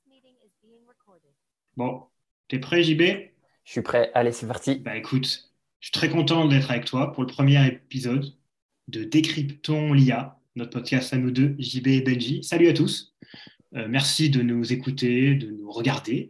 Bon, t'es prêt, JB? Je suis prêt. Allez, c'est parti. Bah écoute, je suis très content d'être avec toi pour le premier épisode de Décryptons l'IA, notre podcast à nous deux, JB et Benji. Salut à tous. Merci de nous écouter, de nous regarder.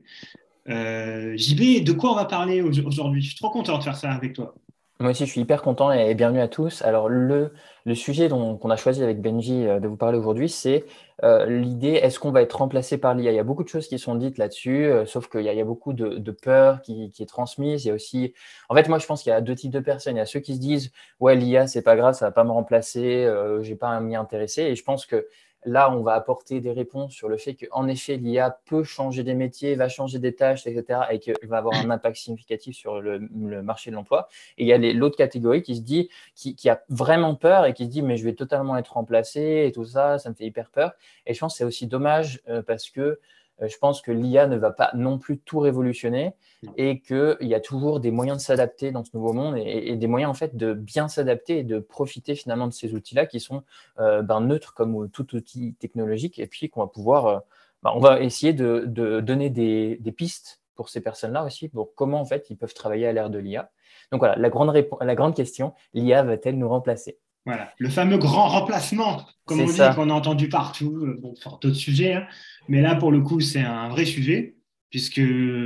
JB, de quoi on va parler aujourd'hui? Je suis trop content de faire ça avec toi. Moi aussi, je suis hyper content et bienvenue à tous. Alors, le sujet qu'on a choisi avec Benji de vous parler aujourd'hui, c'est l'idée, est-ce qu'on va être remplacé par l'IA? Il y a beaucoup de choses qui sont dites là-dessus, sauf qu'il y a beaucoup de peur qui est transmise. Il y a aussi, en fait, moi, je pense qu'il y a deux types de personnes. Il y a ceux qui se disent, ouais, l'IA, c'est pas grave, ça va pas me remplacer, j'ai pas à m'y intéresser. Et je pense que là, on va apporter des réponses sur le fait qu'en effet, l'IA peut changer des métiers, va changer des tâches, etc., et qu'il va avoir un impact significatif sur le marché de l'emploi. Et il y a l'autre catégorie qui se dit, qui a vraiment peur et qui se dit, mais je vais totalement être remplacé et tout ça, ça me fait hyper peur. Et je pense que c'est aussi dommage parce que je pense que l'IA ne va pas non plus tout révolutionner Non. et qu'il y a toujours des moyens de s'adapter dans ce nouveau monde et des moyens en fait de bien s'adapter et de profiter finalement de ces outils-là qui sont neutres comme tout outil technologique et puis qu'on va pouvoir, on va essayer de donner des pistes pour ces personnes-là aussi, pour comment en fait ils peuvent travailler à l'ère de l'IA. Donc voilà, la grande question, l'IA va-t-elle nous remplacer? Voilà, le fameux grand remplacement, comme C'est on dit, ça. qu'on a entendu partout, bon, sur d'autres sujets, hein. Mais là, pour le coup, c'est un vrai sujet, puisque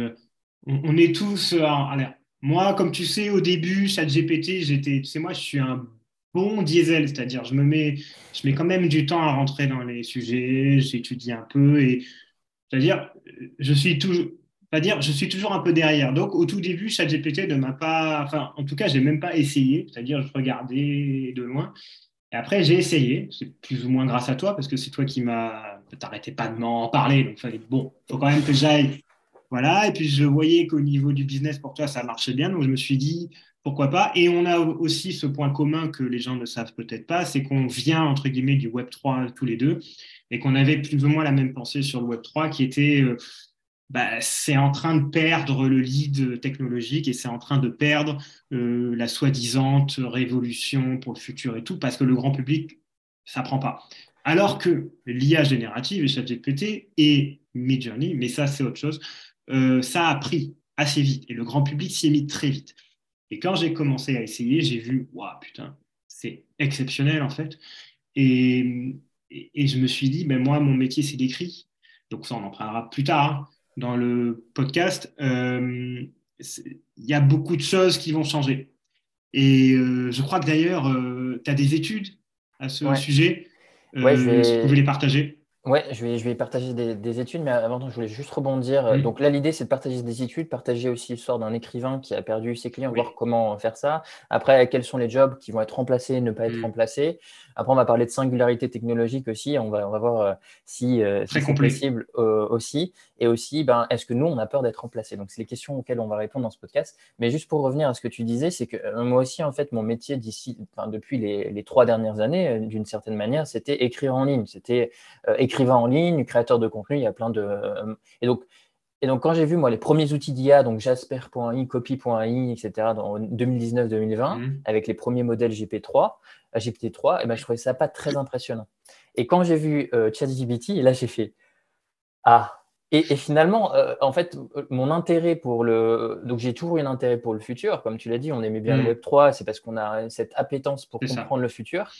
on est tous. Allez, moi, comme tu sais, au début, ChatGPT, tu sais, moi, je suis un bon diesel, c'est-à-dire, je mets quand même du temps à rentrer dans les sujets, j'étudie un peu, et c'est-à-dire, je suis toujours. Je suis toujours un peu derrière. Donc, au tout début, ChatGPT ne m'a pas, enfin, en tout cas, j'ai même pas essayé. C'est-à-dire, je regardais de loin. Et après, j'ai essayé, c'est plus ou moins grâce à toi, parce que c'est toi qui m'as. T'arrêtais pas de m'en parler, donc fallait. Bon, faut quand même que j'aille. Voilà, et puis je voyais qu'au niveau du business, pour toi, ça marchait bien, donc je me suis dit, pourquoi pas. Et on a aussi ce point commun que les gens ne savent peut-être pas, c'est qu'on vient, entre guillemets, du Web 3 tous les deux, et qu'on avait plus ou moins la même pensée sur le Web 3, qui était, c'est en train de perdre le lead technologique et c'est en train de perdre la soi-disant révolution pour le futur et tout, parce que le grand public, ça prend pas. Alors que l'IA générative et ChatGPT et Midjourney, mais ça c'est autre chose, ça a pris assez vite et le grand public s'y est mis très vite. Et quand j'ai commencé à essayer, j'ai vu, waouh, putain, c'est exceptionnel en fait. Et, et je me suis dit, ben moi, mon métier, c'est l'écrit. Donc ça, on en parlera plus tard hein, dans le podcast. Il y a beaucoup de choses qui vont changer. Et je crois que d'ailleurs, tu as des études à ce Ouais, sujet. ouais, je Si tu pouvais les vais, partager. Ouais, je vais partager des études, mais avant, je voulais juste rebondir. Hmm. Donc là, l'idée, c'est de partager des études, partager aussi l'histoire d'un écrivain qui a perdu ses clients, voir Oui. comment faire ça. Après, quels sont les jobs qui vont être remplacés, ne pas être Hmm. remplacés. Après, on va parler de singularité technologique aussi. On va voir si Très c'est complet. possible aussi. Et aussi, est-ce que nous, on a peur d'être remplacés? Donc, c'est les questions auxquelles on va répondre dans ce podcast. Mais juste pour revenir à ce que tu disais, c'est que moi aussi, en fait, mon métier depuis les 3 dernières années, d'une certaine manière, c'était écrire en ligne. C'était écrivain en ligne, créateur de contenu, il y a plein de. Et donc, quand j'ai vu, moi, les premiers outils d'IA, donc Jasper.ai, Copy.ai, etc., dans 2019-2020, Hmm. avec les premiers modèles GPT-3, et ben, je trouvais ça pas très impressionnant. Et quand j'ai vu ChatGPT, et là, j'ai fait Ah! Et finalement, en fait, mon intérêt pour le. Donc, j'ai toujours eu un intérêt pour le futur. Comme tu l'as dit, on aimait bien le Hmm. Web 3, c'est parce qu'on a cette appétence pour C'est ça. comprendre le futur.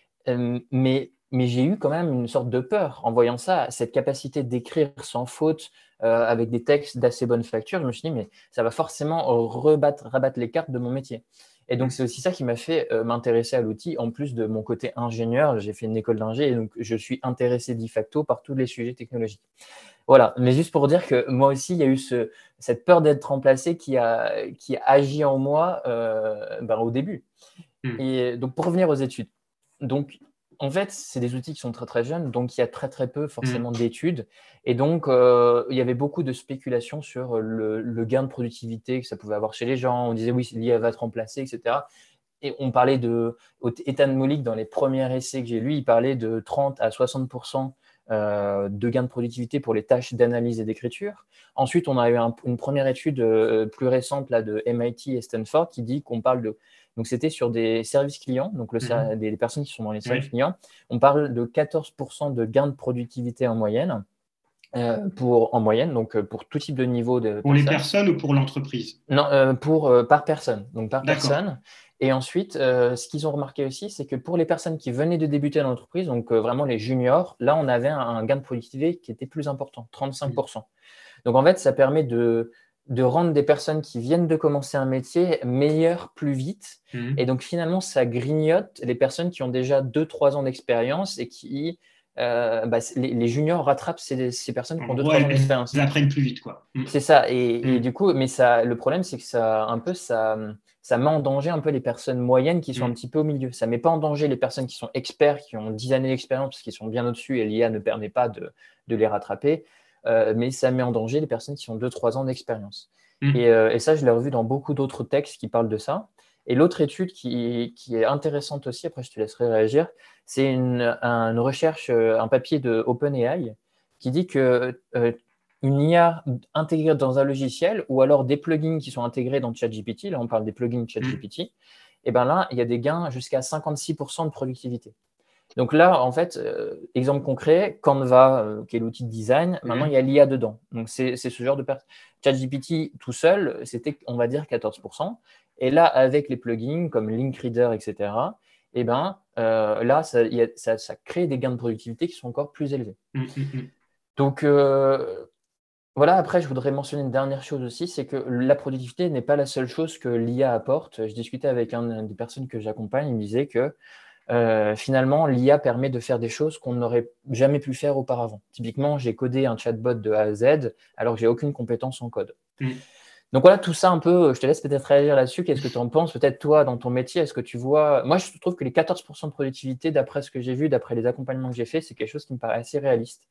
Mais j'ai eu quand même une sorte de peur en voyant ça, cette capacité d'écrire sans faute avec des textes d'assez bonne facture. Je me suis dit, mais ça va forcément rabattre les cartes de mon métier. Et donc, Hmm. c'est aussi ça qui m'a fait m'intéresser à l'outil, en plus de mon côté ingénieur. J'ai fait une école d'ingé et donc je suis intéressé de facto par tous les sujets technologiques. Voilà, mais juste pour dire que moi aussi, il y a eu cette peur d'être remplacé qui a agi en moi au début. Hmm. Et donc, pour revenir aux études, donc, en fait, c'est des outils qui sont très très jeunes, donc il y a très très peu Hmm. forcément d'études. Et donc, il y avait beaucoup de spéculations sur le gain de productivité que ça pouvait avoir chez les gens. On disait oui, l'IA va te remplacer, etc. Et on parlait Ethan Mollick, dans les premiers essais que j'ai lus, il parlait de 30 à 60% de gain de productivité pour les tâches d'analyse et d'écriture. Ensuite, on a eu une première étude plus récente là, de MIT et Stanford qui dit qu'on parle de. Donc, c'était sur des services clients, donc Hmm. des personnes qui sont dans les services Oui. clients. On parle de 14% de gain de productivité en moyenne. en moyenne, donc pour tout type de niveau de Pour les personnes. personnes ou pour l'entreprise? Non, par personne. Donc par D'accord. personne. Et ensuite, ce qu'ils ont remarqué aussi, c'est que pour les personnes qui venaient de débuter dans l'entreprise, donc vraiment les juniors, là, on avait un gain de productivité qui était plus important, Mm. 35%. Donc en fait, ça permet de rendre des personnes qui viennent de commencer un métier meilleures plus vite. Et Mm. donc finalement, ça grignote les personnes qui ont déjà 2, 3 ans d'expérience et qui, les juniors rattrapent ces personnes qui En ont deux gros, trois ans elles d'expérience. apprennent plus vite, quoi. Mm. C'est ça. Et Mm. du coup, mais ça, le problème, c'est que ça met en danger un peu les personnes moyennes qui sont un Mm. petit peu au milieu. Ça ne met pas en danger les personnes qui sont experts, qui ont 10 années d'expérience, parce qu'ils sont bien au-dessus et l'IA ne permet pas de les rattraper. Mais ça met en danger les personnes qui ont 2, 3 ans d'expérience. Mm. Et ça, je l'ai revu dans beaucoup d'autres textes qui parlent de ça. Et l'autre étude qui est intéressante aussi, après je te laisserai réagir, c'est une recherche, un papier de OpenAI qui dit que une IA intégrée dans un logiciel ou alors des plugins qui sont intégrés dans ChatGPT, là on parle des plugins Mm. ChatGPT, et bien là, il y a des gains jusqu'à 56% de productivité. Donc là, en fait, exemple concret, Canva, qui est l'outil de design, maintenant il y Mm. a l'IA dedans. Donc c'est ce genre de ChatGPT tout seul, c'était, on va dire, 14%. Et là, avec les plugins comme Linkreader, etc., et ben, là, ça crée des gains de productivité qui sont encore plus élevés. Mm. Mm. Donc, voilà, après, je voudrais mentionner une dernière chose aussi, c'est que la productivité n'est pas la seule chose que l'IA apporte. Je discutais avec une des personnes que j'accompagne, il me disait que finalement, l'IA permet de faire des choses qu'on n'aurait jamais pu faire auparavant. Typiquement, j'ai codé un chatbot de A à Z alors que j'ai aucune compétence en code. Mm. Donc voilà, tout ça un peu, je te laisse peut-être réagir là-dessus. Qu'est-ce que tu en penses? Peut-être toi, dans ton métier, est-ce que tu vois... Moi, je trouve que les 14% de productivité, d'après ce que j'ai vu, d'après les accompagnements que j'ai fait, c'est quelque chose qui me paraît assez réaliste.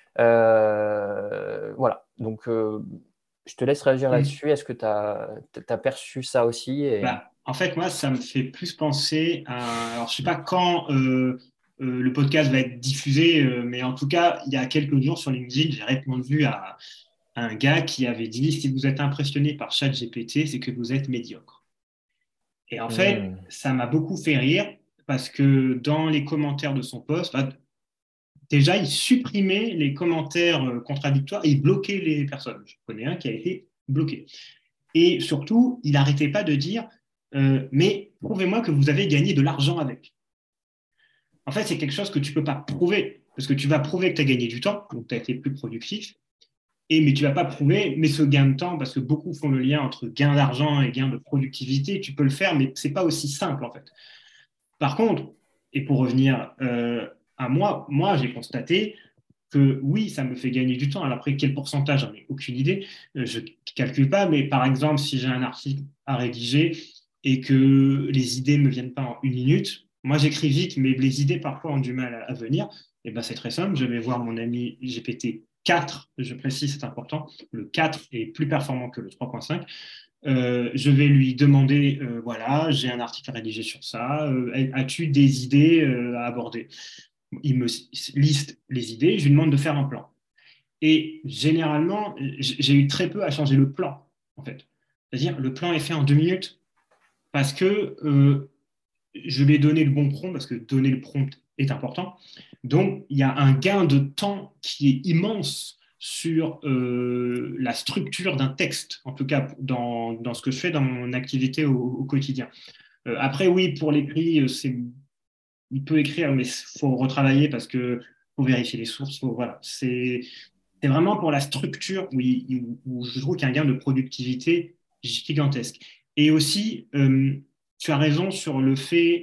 Voilà, donc je te laisse réagir Mm. là-dessus. Est-ce que tu as perçu ça aussi Bah, en fait, moi, ça me fait plus penser à. Alors, je sais pas quand le podcast va être diffusé, mais en tout cas, il y a quelques jours sur LinkedIn, j'ai répondu à un gars qui avait dit si vous êtes impressionné par ChatGPT, c'est que vous êtes médiocre. Et en fait, Hmm. ça m'a beaucoup fait rire parce que dans les commentaires de son post, bah, déjà, il supprimait les commentaires contradictoires et il bloquait les personnes. Je connais un qui a été bloqué. Et surtout, il n'arrêtait pas de dire mais prouvez-moi que vous avez gagné de l'argent avec. En fait, c'est quelque chose que tu ne peux pas prouver, parce que tu vas prouver que tu as gagné du temps, donc tu as été plus productif, mais tu ne vas pas prouver, mais ce gain de temps, parce que beaucoup font le lien entre gain d'argent et gain de productivité, tu peux le faire, mais ce n'est pas aussi simple en fait. Par contre, et pour revenir à moi j'ai constaté que oui, ça me fait gagner du temps. Alors après, quel pourcentage, j'en ai aucune idée. Je ne calcule pas, mais par exemple, si j'ai un article à rédiger et que les idées ne me viennent pas en 1 minute, moi j'écris vite, mais les idées parfois ont du mal à venir. Et ben c'est très simple, je vais voir mon ami GPT 4, je précise, c'est important. Le 4 est plus performant que le 3.5. Je vais lui demander, voilà, j'ai un article à rédiger sur ça, as-tu des idées à aborder? Il me liste les idées, je lui demande de faire un plan. Et généralement, j'ai eu très peu à changer le plan, en fait. C'est-à-dire, le plan est fait en 2 minutes parce que je lui ai donné le bon prompt, parce que donner le prompt est important. Donc, il y a un gain de temps qui est immense sur la structure d'un texte, en tout cas dans ce que je fais dans mon activité au quotidien. Après, oui, pour l'écrit, il peut écrire, mais il faut retravailler parce que faut vérifier les sources. Voilà, c'est vraiment pour la structure où je trouve qu'il y a un gain de productivité gigantesque. Et aussi, tu as raison sur le fait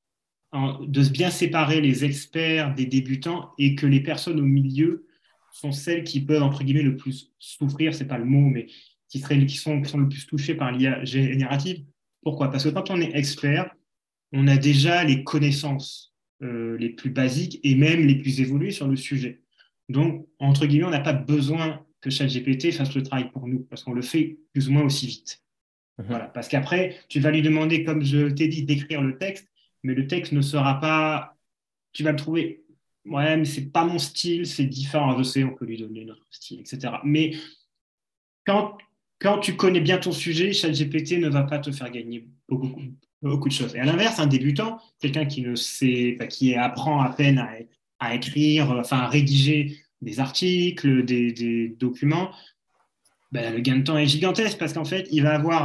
de bien séparer les experts des débutants et que les personnes au milieu sont celles qui peuvent, entre guillemets, le plus souffrir, c'est pas le mot, mais qui sont le plus touchées par l'IA générative. Pourquoi? Parce que quand on est expert, on a déjà les connaissances les plus basiques et même les plus évoluées sur le sujet. Donc, entre guillemets, on n'a pas besoin que ChatGPT fasse le travail pour nous, parce qu'on le fait plus ou moins aussi vite. Mhm. Voilà. Parce qu'après, tu vas lui demander, comme je t'ai dit, d'écrire le texte, mais le texte ne sera pas. Tu vas le trouver. Ouais, mais c'est pas mon style, c'est différent. Je sais, on peut lui donner notre style, etc. Mais quand, quand tu connais bien ton sujet, ChatGPT ne va pas te faire gagner beaucoup de choses. Et à l'inverse, un débutant, quelqu'un qui ne sait, enfin, qui apprend à peine à écrire, enfin à rédiger des articles, des documents, ben, le gain de temps est gigantesque parce qu'en fait, il va avoir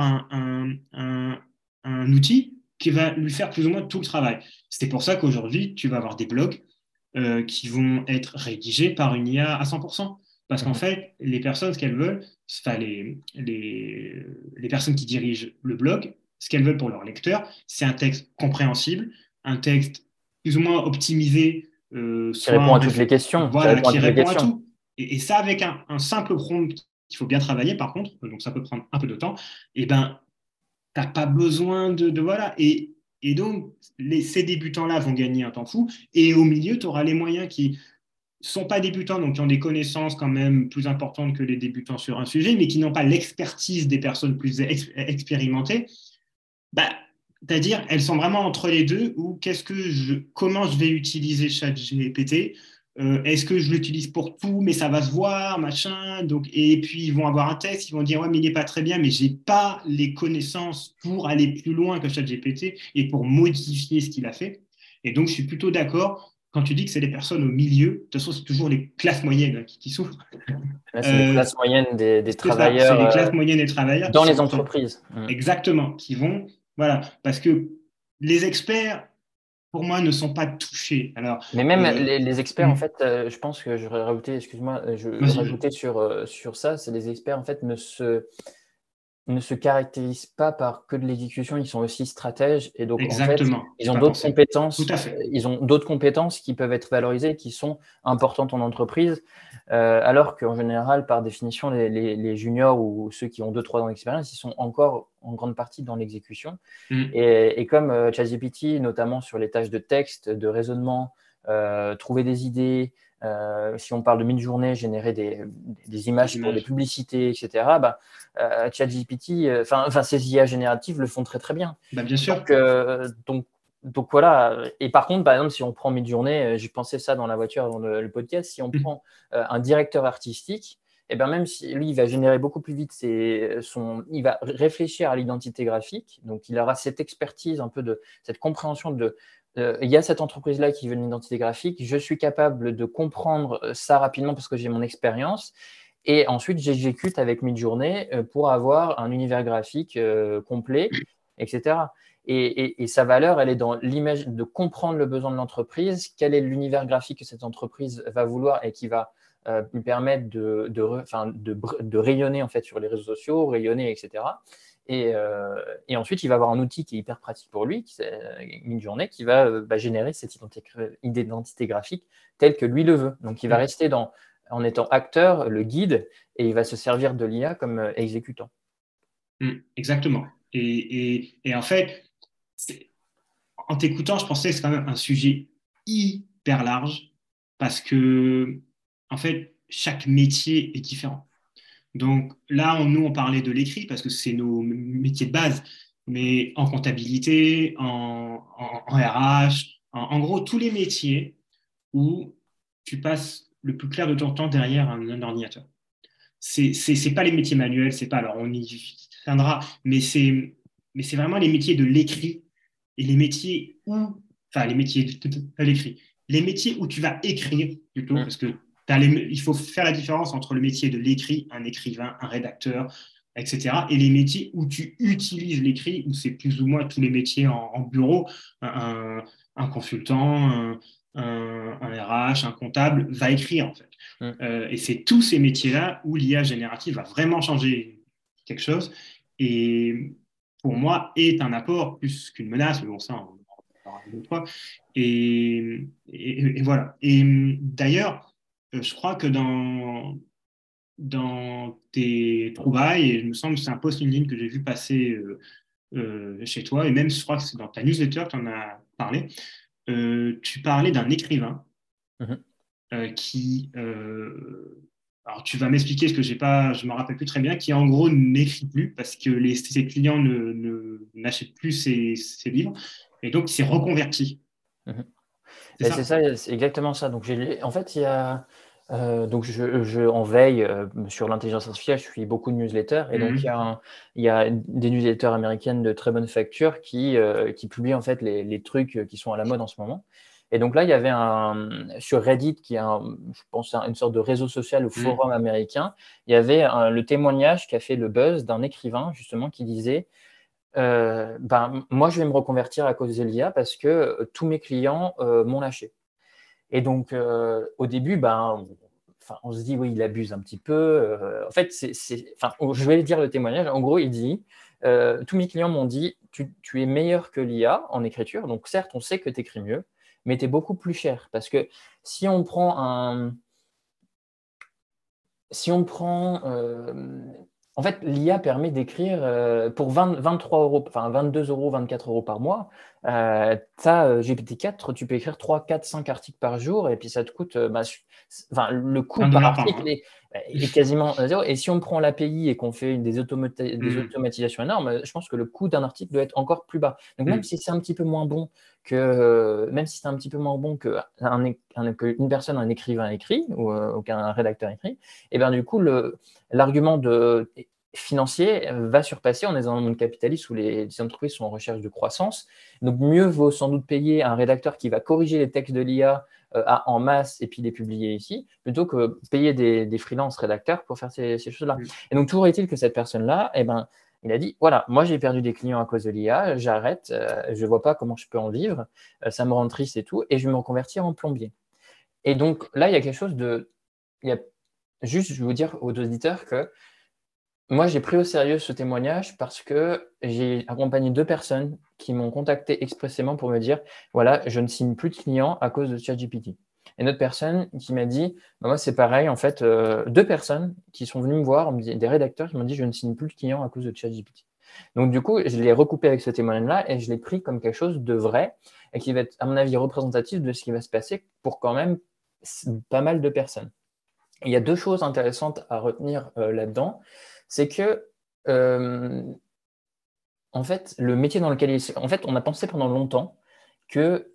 un outil qui va lui faire plus ou moins tout le travail. C'est pour ça qu'aujourd'hui, tu vas avoir des blogs qui vont être rédigés par une IA à 100%. Parce qu'en Mhm. fait, les personnes, ce qu'elles veulent, enfin, les personnes qui dirigent le blog, ce qu'elles veulent pour leur lecteur, c'est un texte compréhensible, un texte plus ou moins optimisé, Qui soit répond en à toutes les questions. Qui voilà, répond à qui toutes les répond à questions. tout. Et ça, avec un simple prompt qu'il faut bien travailler, par contre, donc ça peut prendre un peu de temps, et ben, tu n'as pas besoin voilà. Et donc, ces débutants-là vont gagner un temps fou. Et au milieu, tu auras les moyens qui sont pas débutants, donc qui ont des connaissances quand même plus importantes que les débutants sur un sujet, mais qui n'ont pas l'expertise des personnes plus expérimentées. Bah, c'est-à-dire, elles sont vraiment entre les deux, ou comment je vais utiliser ChatGPT. Est-ce que je l'utilise pour tout, mais ça va se voir, machin. Donc, et puis ils vont avoir un texte, ils vont dire ouais, mais il n'est pas très bien, mais j'ai pas les connaissances pour aller plus loin que ChatGPT et pour modifier ce qu'il a fait. Et donc, je suis plutôt d'accord quand tu dis que c'est les personnes au milieu. De toute façon, c'est toujours les classes moyennes qui souffrent. Là, c'est les Euh, classes moyennes des c'est ça, c'est travailleurs les classes moyennes et travailleurs qui dans sont les entreprises. Mm. exactement, qui vont, voilà, parce que les experts, pour moi, ne sont pas touchés. Alors, Mais même les experts, en hmm, fait, je pense que j'aurais rajouté, excuse-moi, je vas-y, rajoutais sur ça, c'est les experts, en fait, ne se caractérisent pas par que de l'exécution, ils sont aussi stratèges et donc en fait, exactement, j'ai pas pensé. Tout à fait. ils ont d'autres compétences qui peuvent être valorisées, qui sont importantes en entreprise, alors qu'en général, par définition, les juniors ou ceux qui ont 2-3 ans d'expérience, ils sont encore en grande partie dans l'exécution. Hmm, Et comme ChatGPT, notamment sur les tâches de texte, de raisonnement, trouver des idées, si on parle de mid-journée, générer des des images pour des images. publicités, etc., bah, ChatGPT, enfin, ces IA génératives le font très très bien. Bah, bien sûr. Donc voilà. Et par contre, par exemple, si on prend Midjourney, j'ai pensé ça dans la voiture avant le podcast, si on Hmm, prend un directeur artistique, et ben même si lui, il va générer beaucoup plus vite il va réfléchir à l'identité graphique, donc il aura cette expertise un peu de cette compréhension il y a cette entreprise-là qui veut une identité graphique, je suis capable de comprendre ça rapidement parce que j'ai mon expérience, et ensuite j'exécute avec Midjourney pour avoir un univers graphique complet, etc. Et sa valeur, elle est dans l'image de comprendre le besoin de l'entreprise, quel est l'univers graphique que cette entreprise va vouloir et qui va lui permettre de rayonner en fait sur les réseaux sociaux, rayonner, etc. Et ensuite, il va avoir un outil qui est hyper pratique pour lui, qui est Midjourney, qui va générer cette identité graphique telle que lui le veut. Donc, il va hmm, rester en étant acteur, le guide, et il va se servir de l'IA comme exécutant. exactement. Et en fait, en t'écoutant, je pensais que c'est quand même un sujet hyper large parce que, en fait, chaque métier est différent. Donc là, nous, on parlait de l'écrit parce que c'est nos métiers de base, mais en comptabilité, en RH, en gros, tous les métiers où tu passes le plus clair de ton temps derrière un ordinateur. C'est pas les métiers manuels, c'est pas, alors on y viendra, mais c'est vraiment les métiers de l'écrit et les métiers où, enfin les métiers de l'écrit, les métiers où tu vas écrire plutôt, Mm. parce que il faut faire la différence entre le métier de l'écrit, un écrivain, un rédacteur, etc., et les métiers où tu utilises l'écrit, où c'est plus ou moins tous les métiers en bureau, un, un consultant, un RH, un comptable va écrire en fait. Mm. Et c'est tous ces métiers-là où l'IA générative va vraiment changer quelque chose. Et pour moi, est un apport plus qu'une menace, mais bon, ça, on en parlera une autre fois. Et voilà. Et d'ailleurs, je crois que dans tes trouvailles, et il me semble que c'est un post LinkedIn que j'ai vu passer chez toi, et même je crois que c'est dans ta newsletter que tu en as parlé, tu parlais d'un écrivain Mhm. qui, alors tu vas m'expliquer ce que j'ai pas, je me rappelle plus très bien, qui en gros n'écrit plus parce que ses clients n'achètent plus ses livres et donc il s'est reconverti. Mhm. C'est Ben, c'est ça? ça, c'est exactement ça. Donc, en fait, donc en veille sur l'intelligence artificielle, je suis beaucoup de newsletters. Et donc, Mhm. il y a des newsletters américaines de très bonne facture qui publient en fait les trucs qui sont à la mode en ce moment. Et donc là, il y avait sur Reddit, qui est je pense une sorte de réseau social ou Mm. forum américain, il y avait le témoignage qui a fait le buzz d'un écrivain justement qui disait moi, je vais me reconvertir à cause de l'IA parce que tous mes clients m'ont lâché. Et donc, au début, on se dit, oui, il abuse un petit peu. En fait, je vais dire le témoignage. En gros, il dit, tous mes clients m'ont dit, tu es meilleur que l'IA en écriture. Donc, certes, on sait que tu écris mieux, mais tu es beaucoup plus cher. Parce que si on prend en fait, l'IA permet d'écrire pour 23 euros, enfin 22 euros, 24 euros par mois. Tu as GPT-4, tu peux écrire 3, 4, 5 articles par jour et puis ça te coûte. Le coût Un par dollar par article mois. est quasiment zéro. Et si on prend l'API et qu'on fait des Mm. automatisations énormes, je pense que le coût d'un article doit être encore plus bas. Donc, même Mm. si c'est un petit peu moins bon même si c'est un petit peu moins bon qu'une personne, un écrivain écrit ou qu'un rédacteur écrit, et bien du coup, l'argument financier va surpasser. On est dans un monde capitaliste où les entreprises sont en recherche de croissance. Donc, mieux vaut sans doute payer un rédacteur qui va corriger les textes de l'IA en masse et puis les publier ici, plutôt que payer des freelance rédacteurs pour faire ces choses-là. Mm. Et donc, toujours est-il que cette personne-là, il a dit, voilà, moi j'ai perdu des clients à cause de l'IA, j'arrête, je ne vois pas comment je peux en vivre, ça me rend triste et tout, et je vais me reconvertir en plombier. Et donc là, il y a quelque chose il y a juste, je veux dire aux auditeurs que moi, j'ai pris au sérieux ce témoignage parce que j'ai accompagné 2 personnes qui m'ont contacté expressément pour me dire, voilà, je ne signe plus de clients à cause de ChatGPT. Et une autre personne qui m'a dit, moi, c'est pareil, en fait, 2 personnes qui sont venues me voir, des rédacteurs qui m'ont dit, je ne signe plus de clients à cause de ChatGPT. Donc, du coup, je l'ai recoupé avec ce témoignage-là et je l'ai pris comme quelque chose de vrai et qui va être, à mon avis, représentatif de ce qui va se passer pour quand même pas mal de personnes. Il y a 2 choses intéressantes à retenir là-dedans. C'est que, euh, en fait, le métier dans lequel en fait, on a pensé pendant longtemps que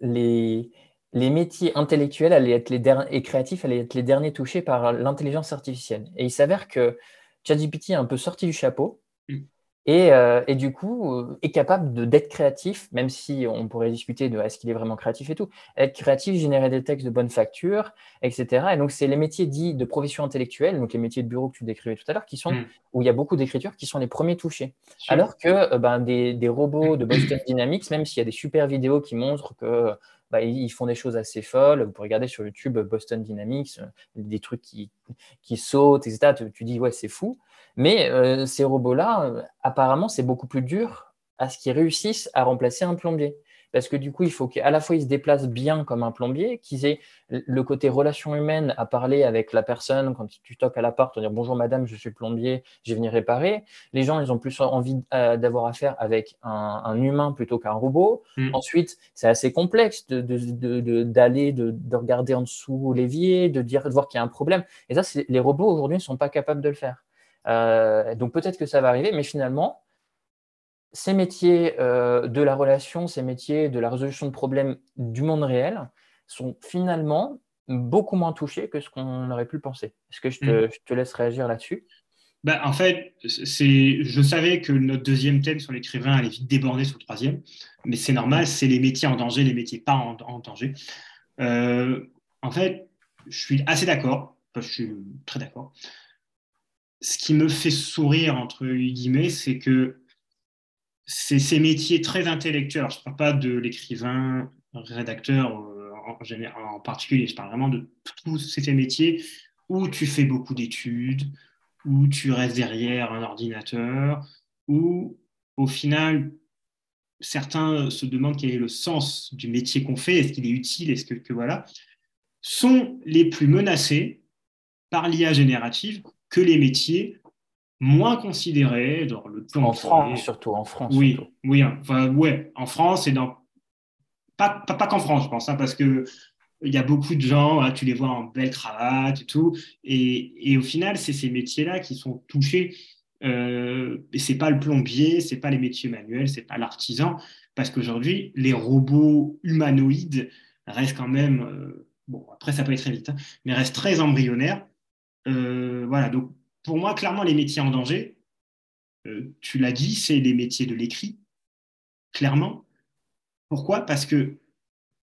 les métiers intellectuels et créatifs allaient être les derniers touchés par l'intelligence artificielle. Et il s'avère que ChatGPT est un peu sorti du chapeau Mm. et du coup, est capable d'être créatif, même si on pourrait discuter de est-ce qu'il est vraiment créatif et tout, être créatif, générer des textes de bonne facture, etc. Et donc, c'est les métiers dits de profession intellectuelle, donc les métiers de bureau que tu décrivais tout à l'heure, Mm. où il y a beaucoup d'écriture, qui sont les premiers touchés. Sûr. Alors que des robots de Boston Dynamics, même s'il y a des super vidéos qui montrent que ils font des choses assez folles, vous pouvez regarder sur YouTube Boston Dynamics, des trucs qui sautent, etc. Tu dis, ouais, c'est fou. Mais ces robots-là, apparemment, c'est beaucoup plus dur à ce qu'ils réussissent à remplacer un plombier. Parce que du coup, il faut qu'à la fois ils se déplacent bien comme un plombier, qu'ils aient le côté relation humaine à parler avec la personne quand tu toques à la porte, dire bonjour madame, je suis plombier, je vais venir réparer. Les gens, ils ont plus envie d'avoir affaire avec un humain plutôt qu'un robot. Mm. Ensuite, c'est assez complexe de regarder en dessous l'évier, de voir qu'il y a un problème. Et ça, les robots aujourd'hui ne sont pas capables de le faire. Donc peut-être que ça va arriver, mais finalement, ces métiers de la relation, ces métiers de la résolution de problèmes du monde réel sont finalement beaucoup moins touchés que ce qu'on aurait pu le penser. Est-ce que Mm. je te laisse réagir là-dessus? En fait, je savais que notre deuxième thème sur l'écrivain allait vite déborder sur le troisième, mais c'est normal, c'est les métiers en danger, les métiers pas en danger. Euh, En fait, je suis assez d'accord, enfin, je suis très d'accord. Ce qui me fait sourire, entre guillemets, c'est que c'est ces métiers très intellectuels. Alors, je ne parle pas de l'écrivain, rédacteur en particulier, je parle vraiment de tous ces métiers où tu fais beaucoup d'études, où tu restes derrière un ordinateur, où au final, certains se demandent quel est le sens du métier qu'on fait, est-ce qu'il est utile, est-ce que voilà, sont les plus menacés par l'IA générative que les métiers moins considérés dans le En France plombier. surtout, en France surtout. Oui, oui, hein. Enfin, ouais, en France et dans pas qu'en France, je pense, hein, parce que il y a beaucoup de gens, hein, tu les vois en belle cravate et tout, et au final, c'est ces métiers-là qui sont touchés. Et c'est pas le plombier, c'est pas les métiers manuels, c'est pas l'artisan, parce qu'aujourd'hui, les robots humanoïdes restent quand même, bon, après ça peut être très vite, hein, mais restent très embryonnaires. Voilà, donc pour moi, clairement, les métiers en danger, tu l'as dit, c'est les métiers de l'écrit, clairement. Pourquoi? Parce que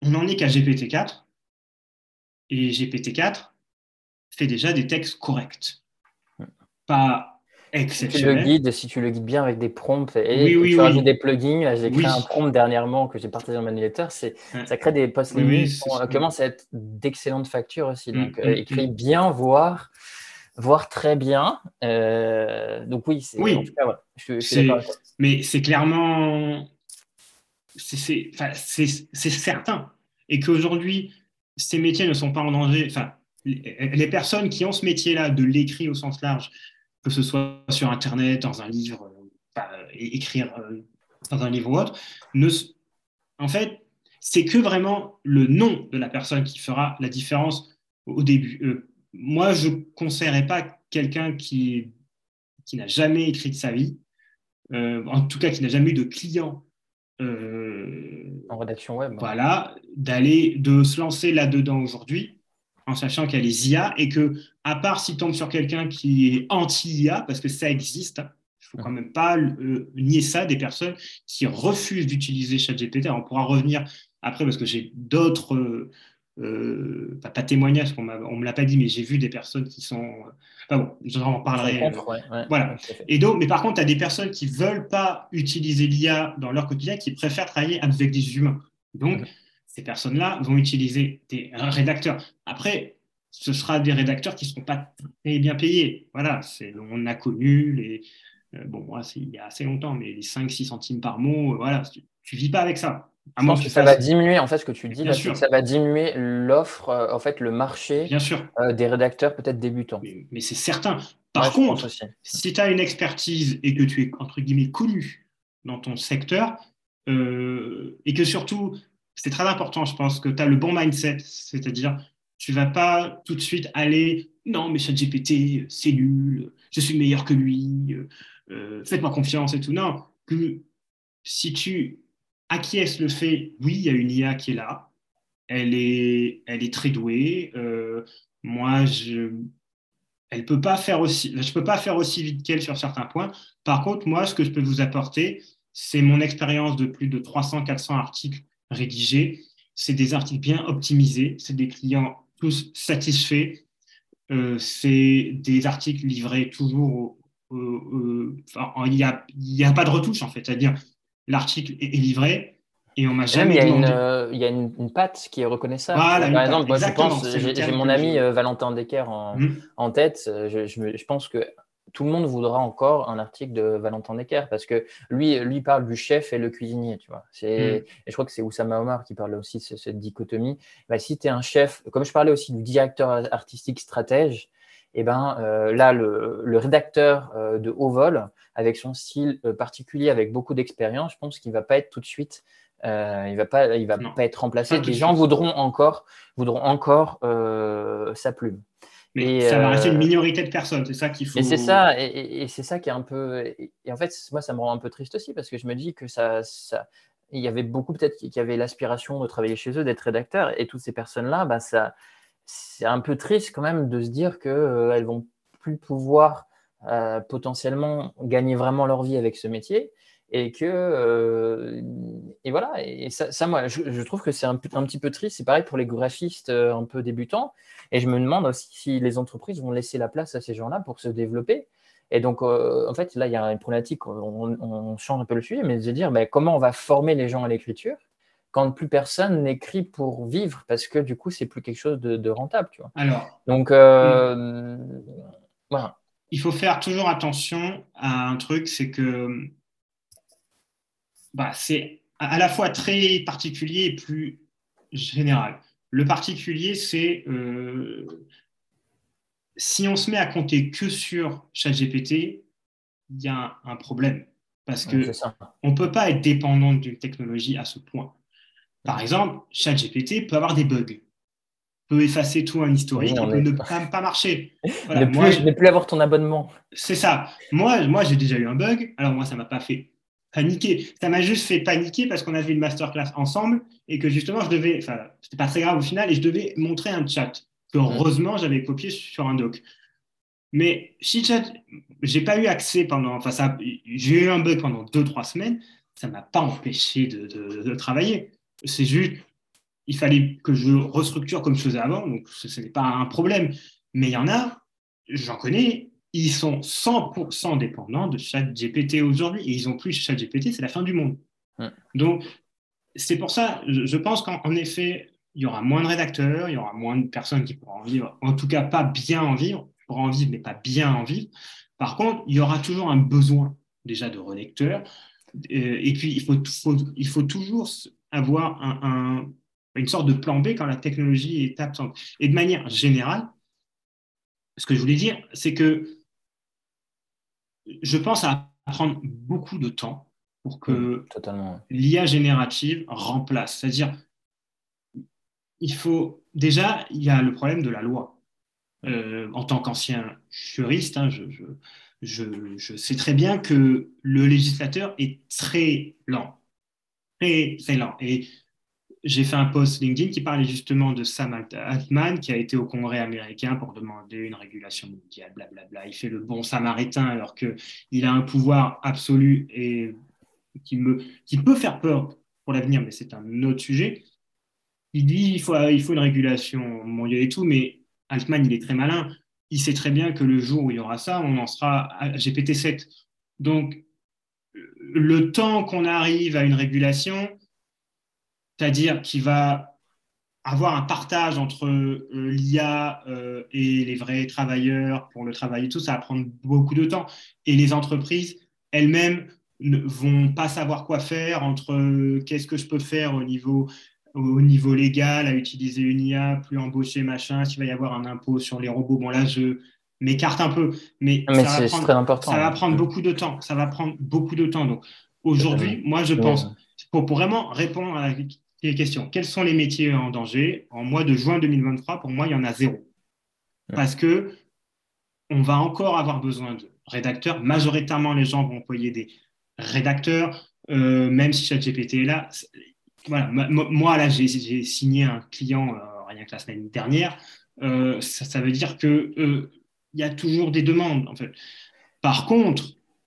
on n'en est qu'à GPT-4 et GPT-4 fait déjà des textes corrects. Pas exceptionnels. Si tu le guides bien avec des prompts et Oui, que oui, tu rajoutes oui. des plugins, là, j'ai créé un Oui. prompt dernièrement que j'ai partagé dans ma newsletter, Ouais. ça crée des posts Oui, LinkedIn oui. qui commencent à être d'excellentes factures aussi. Donc, écrit Mm. bien, voire très bien. Donc oui, en tout Oui, cas, voilà, je suis d'accord c'est, avec toi. mais c'est clairement, enfin, c'est certain. Et qu'aujourd'hui, ces métiers ne sont pas en danger. Enfin, les personnes qui ont ce métier-là, de l'écrit au sens large, que ce soit sur Internet, dans un livre, enfin, écrire dans un livre ou autre, ne, en fait, c'est que vraiment le nom de la personne qui fera la différence au début. Moi, je ne conseillerais pas quelqu'un qui n'a jamais écrit de sa vie, en tout cas qui n'a jamais eu de client, En rédaction web. voilà, de se lancer là-dedans aujourd'hui, en sachant qu'il y a les IA et que, à part s'il tombe sur quelqu'un qui est anti-IA, parce que ça existe, hein, il faut quand même pas nier ça, des personnes qui refusent d'utiliser ChatGPT. On pourra revenir après parce que j'ai d'autres, pas témoignages, on me l'a pas dit, mais j'ai vu des personnes qui sont, enfin bon, j'en Ils sont parlerai. contre, ouais, Voilà. tout à fait. Et donc, mais par contre, tu as des personnes qui ne veulent pas utiliser l'IA dans leur quotidien, qui préfèrent travailler avec des humains. Donc, ces personnes-là vont utiliser des rédacteurs. Après, ce sera des rédacteurs qui ne seront pas très bien payés. Voilà, on a connu les. Bon, moi, c'est il y a assez longtemps, mais les 5-6 centimes par mot, voilà, tu ne vis pas avec ça. À Je moins pense que que tu ça va fasses. diminuer. En fait, ce que tu dis Bien là, c'est que sûr, ça va diminuer l'offre, en fait, le marché bien sûr. des rédacteurs peut-être débutants. Mais c'est certain. Ouais, Par je pense contre, aussi. si tu as une expertise et que tu es, entre guillemets, connu dans ton secteur, et que surtout, c'est très important, je pense, que tu as le bon mindset, c'est-à-dire, tu vas pas tout de suite aller, non, mais ChatGPT, c'est nul, je suis meilleur que lui, faites-moi confiance et tout. Non, que si tu acquiesces le fait, oui, il y a une IA qui est là, elle est très douée. Moi, je peux pas faire aussi vite qu'elle sur certains points. Par contre, moi, ce que je peux vous apporter, c'est mon expérience de plus de 300-400 articles rédigés. C'est des articles bien optimisés, c'est des clients tous satisfaits. C'est des articles livrés toujours enfin, il y a pas de retouche en fait, c'est-à-dire l'article est livré et on m'a Et même, jamais demandé. il y a une patte qui est reconnaissable. Tu Voilà, vois, par une patte. exemple, moi, je Exactement, pense, c'est le j'ai terme mon que je. ami Valentin Decker Hmm. en tête. Je pense que tout le monde voudra encore un article de Valentin Decker parce que lui parle du chef et le cuisinier. Tu vois. Et Hmm. je crois que c'est Oussama Omar qui parle aussi de cette dichotomie. Bah, si tu es un chef, comme je parlais aussi du directeur artistique stratège, et ben, là, le rédacteur de haut vol, avec son style particulier, avec beaucoup d'expérience, je pense qu'il ne va pas être tout de suite il va Non, pas être pas remplacé. tout de Des gens suite. voudront encore sa plume. Mais Et, ça va rester une minorité de personnes, c'est ça qu'il et c'est faut. ça, et c'est ça qui est un peu. Et en fait, moi, ça me rend un peu triste aussi parce que je me dis que il y avait beaucoup peut-être qui avaient l'aspiration de travailler chez eux, d'être rédacteur, et toutes ces personnes-là, bah, c'est un peu triste quand même de se dire qu'elles vont plus pouvoir potentiellement gagner vraiment leur vie avec ce métier. Et voilà, et ça moi, je trouve que c'est un petit peu triste. C'est pareil pour les graphistes un peu débutants. Et je me demande aussi si les entreprises vont laisser la place à ces gens-là pour se développer. Et donc, en fait, là, il y a une problématique. On change un peu le sujet, mais de se dire comment on va former les gens à l'écriture quand plus personne n'écrit pour vivre, parce que du coup, c'est plus quelque chose de rentable, tu vois. Alors, Donc, hmm, voilà. il faut faire toujours attention à un truc, c'est que bah, c'est à la fois très particulier et plus général. Le particulier, c'est si on se met à compter que sur ChatGPT, il y a un problème. Parce C'est que ça. on ne peut pas être dépendant d'une technologie à ce point. Par exemple, ChatGPT peut avoir des bugs, peut effacer tout un Oui, historique et on peut est. ne pas marcher. Voilà, Ne plus avoir ton abonnement. c'est ça. Moi j'ai déjà eu un bug. Alors, moi, ça m'a pas fait paniquer. Ça m'a juste fait paniquer parce qu'on avait une masterclass ensemble et que justement, enfin, c'était pas très grave au final et je devais montrer un chat que heureusement, j'avais copié sur un doc. Mais si chat, j'ai pas eu accès enfin, j'ai eu un bug pendant 2-3 semaines. Ça m'a pas empêché de travailler. C'est juste, il fallait que je restructure comme je faisais avant, donc ce n'est pas un problème. Mais il y en a, j'en connais, ils sont 100% dépendants de ChatGPT aujourd'hui, et ils ont plus ChatGPT, c'est la fin du monde. Mm. Donc, c'est pour ça, je pense qu'en effet, il y aura moins de rédacteurs, il y aura moins de personnes qui pourront en vivre, en tout cas pas bien en vivre, pourront en vivre, mais pas bien en vivre. Par contre, il y aura toujours un besoin déjà de relecteurs. Et puis, il faut toujours avoir une sorte de plan B quand la technologie est absente. Et de manière générale, ce que je voulais dire, c'est que je pense à prendre beaucoup de temps pour que Totalement. l'IA générative remplace. C'est-à-dire, il faut déjà, il y a le problème de la loi. En tant qu'ancien juriste, hein, je sais très bien que le législateur est très lent, très, très lent. Et j'ai fait un post LinkedIn qui parlait justement de Sam Altman, qui a été au Congrès américain pour demander une régulation mondiale, blablabla. Il fait le bon samaritain alors qu'il a un pouvoir absolu et qui peut faire peur pour l'avenir, mais c'est un autre sujet. Il dit il faut une régulation mondiale et tout, mais Altman, il est très malin. Il sait très bien que le jour où il y aura ça, on en sera à GPT-7. Donc, le temps qu'on arrive à une régulation, c'est-à-dire qu'il va avoir un partage entre l'IA et les vrais travailleurs pour le travail et tout, ça va prendre beaucoup de temps. Et les entreprises elles-mêmes ne vont pas savoir quoi faire entre qu'est-ce que je peux faire au niveau légal, à utiliser une IA, plus embaucher, machin, s'il va y avoir un impôt sur les robots. Bon, là, je m'écarte un peu, mais Mais c'est très ça important. va Ouais. prendre beaucoup de temps. Ça va prendre beaucoup de temps. Donc, Totalement. aujourd'hui, moi, je Mais, pense, pour vraiment répondre à la question, quels sont les métiers en danger? En mois de juin 2023, pour moi, il y en a zéro. Parce que on va encore avoir besoin de rédacteurs. Majoritairement, les gens vont employer des rédacteurs, même si ChatGPT est là. Voilà, moi, là, j'ai signé un client rien que la semaine dernière. Ça veut dire que il y a toujours des demandes, en fait. Par contre,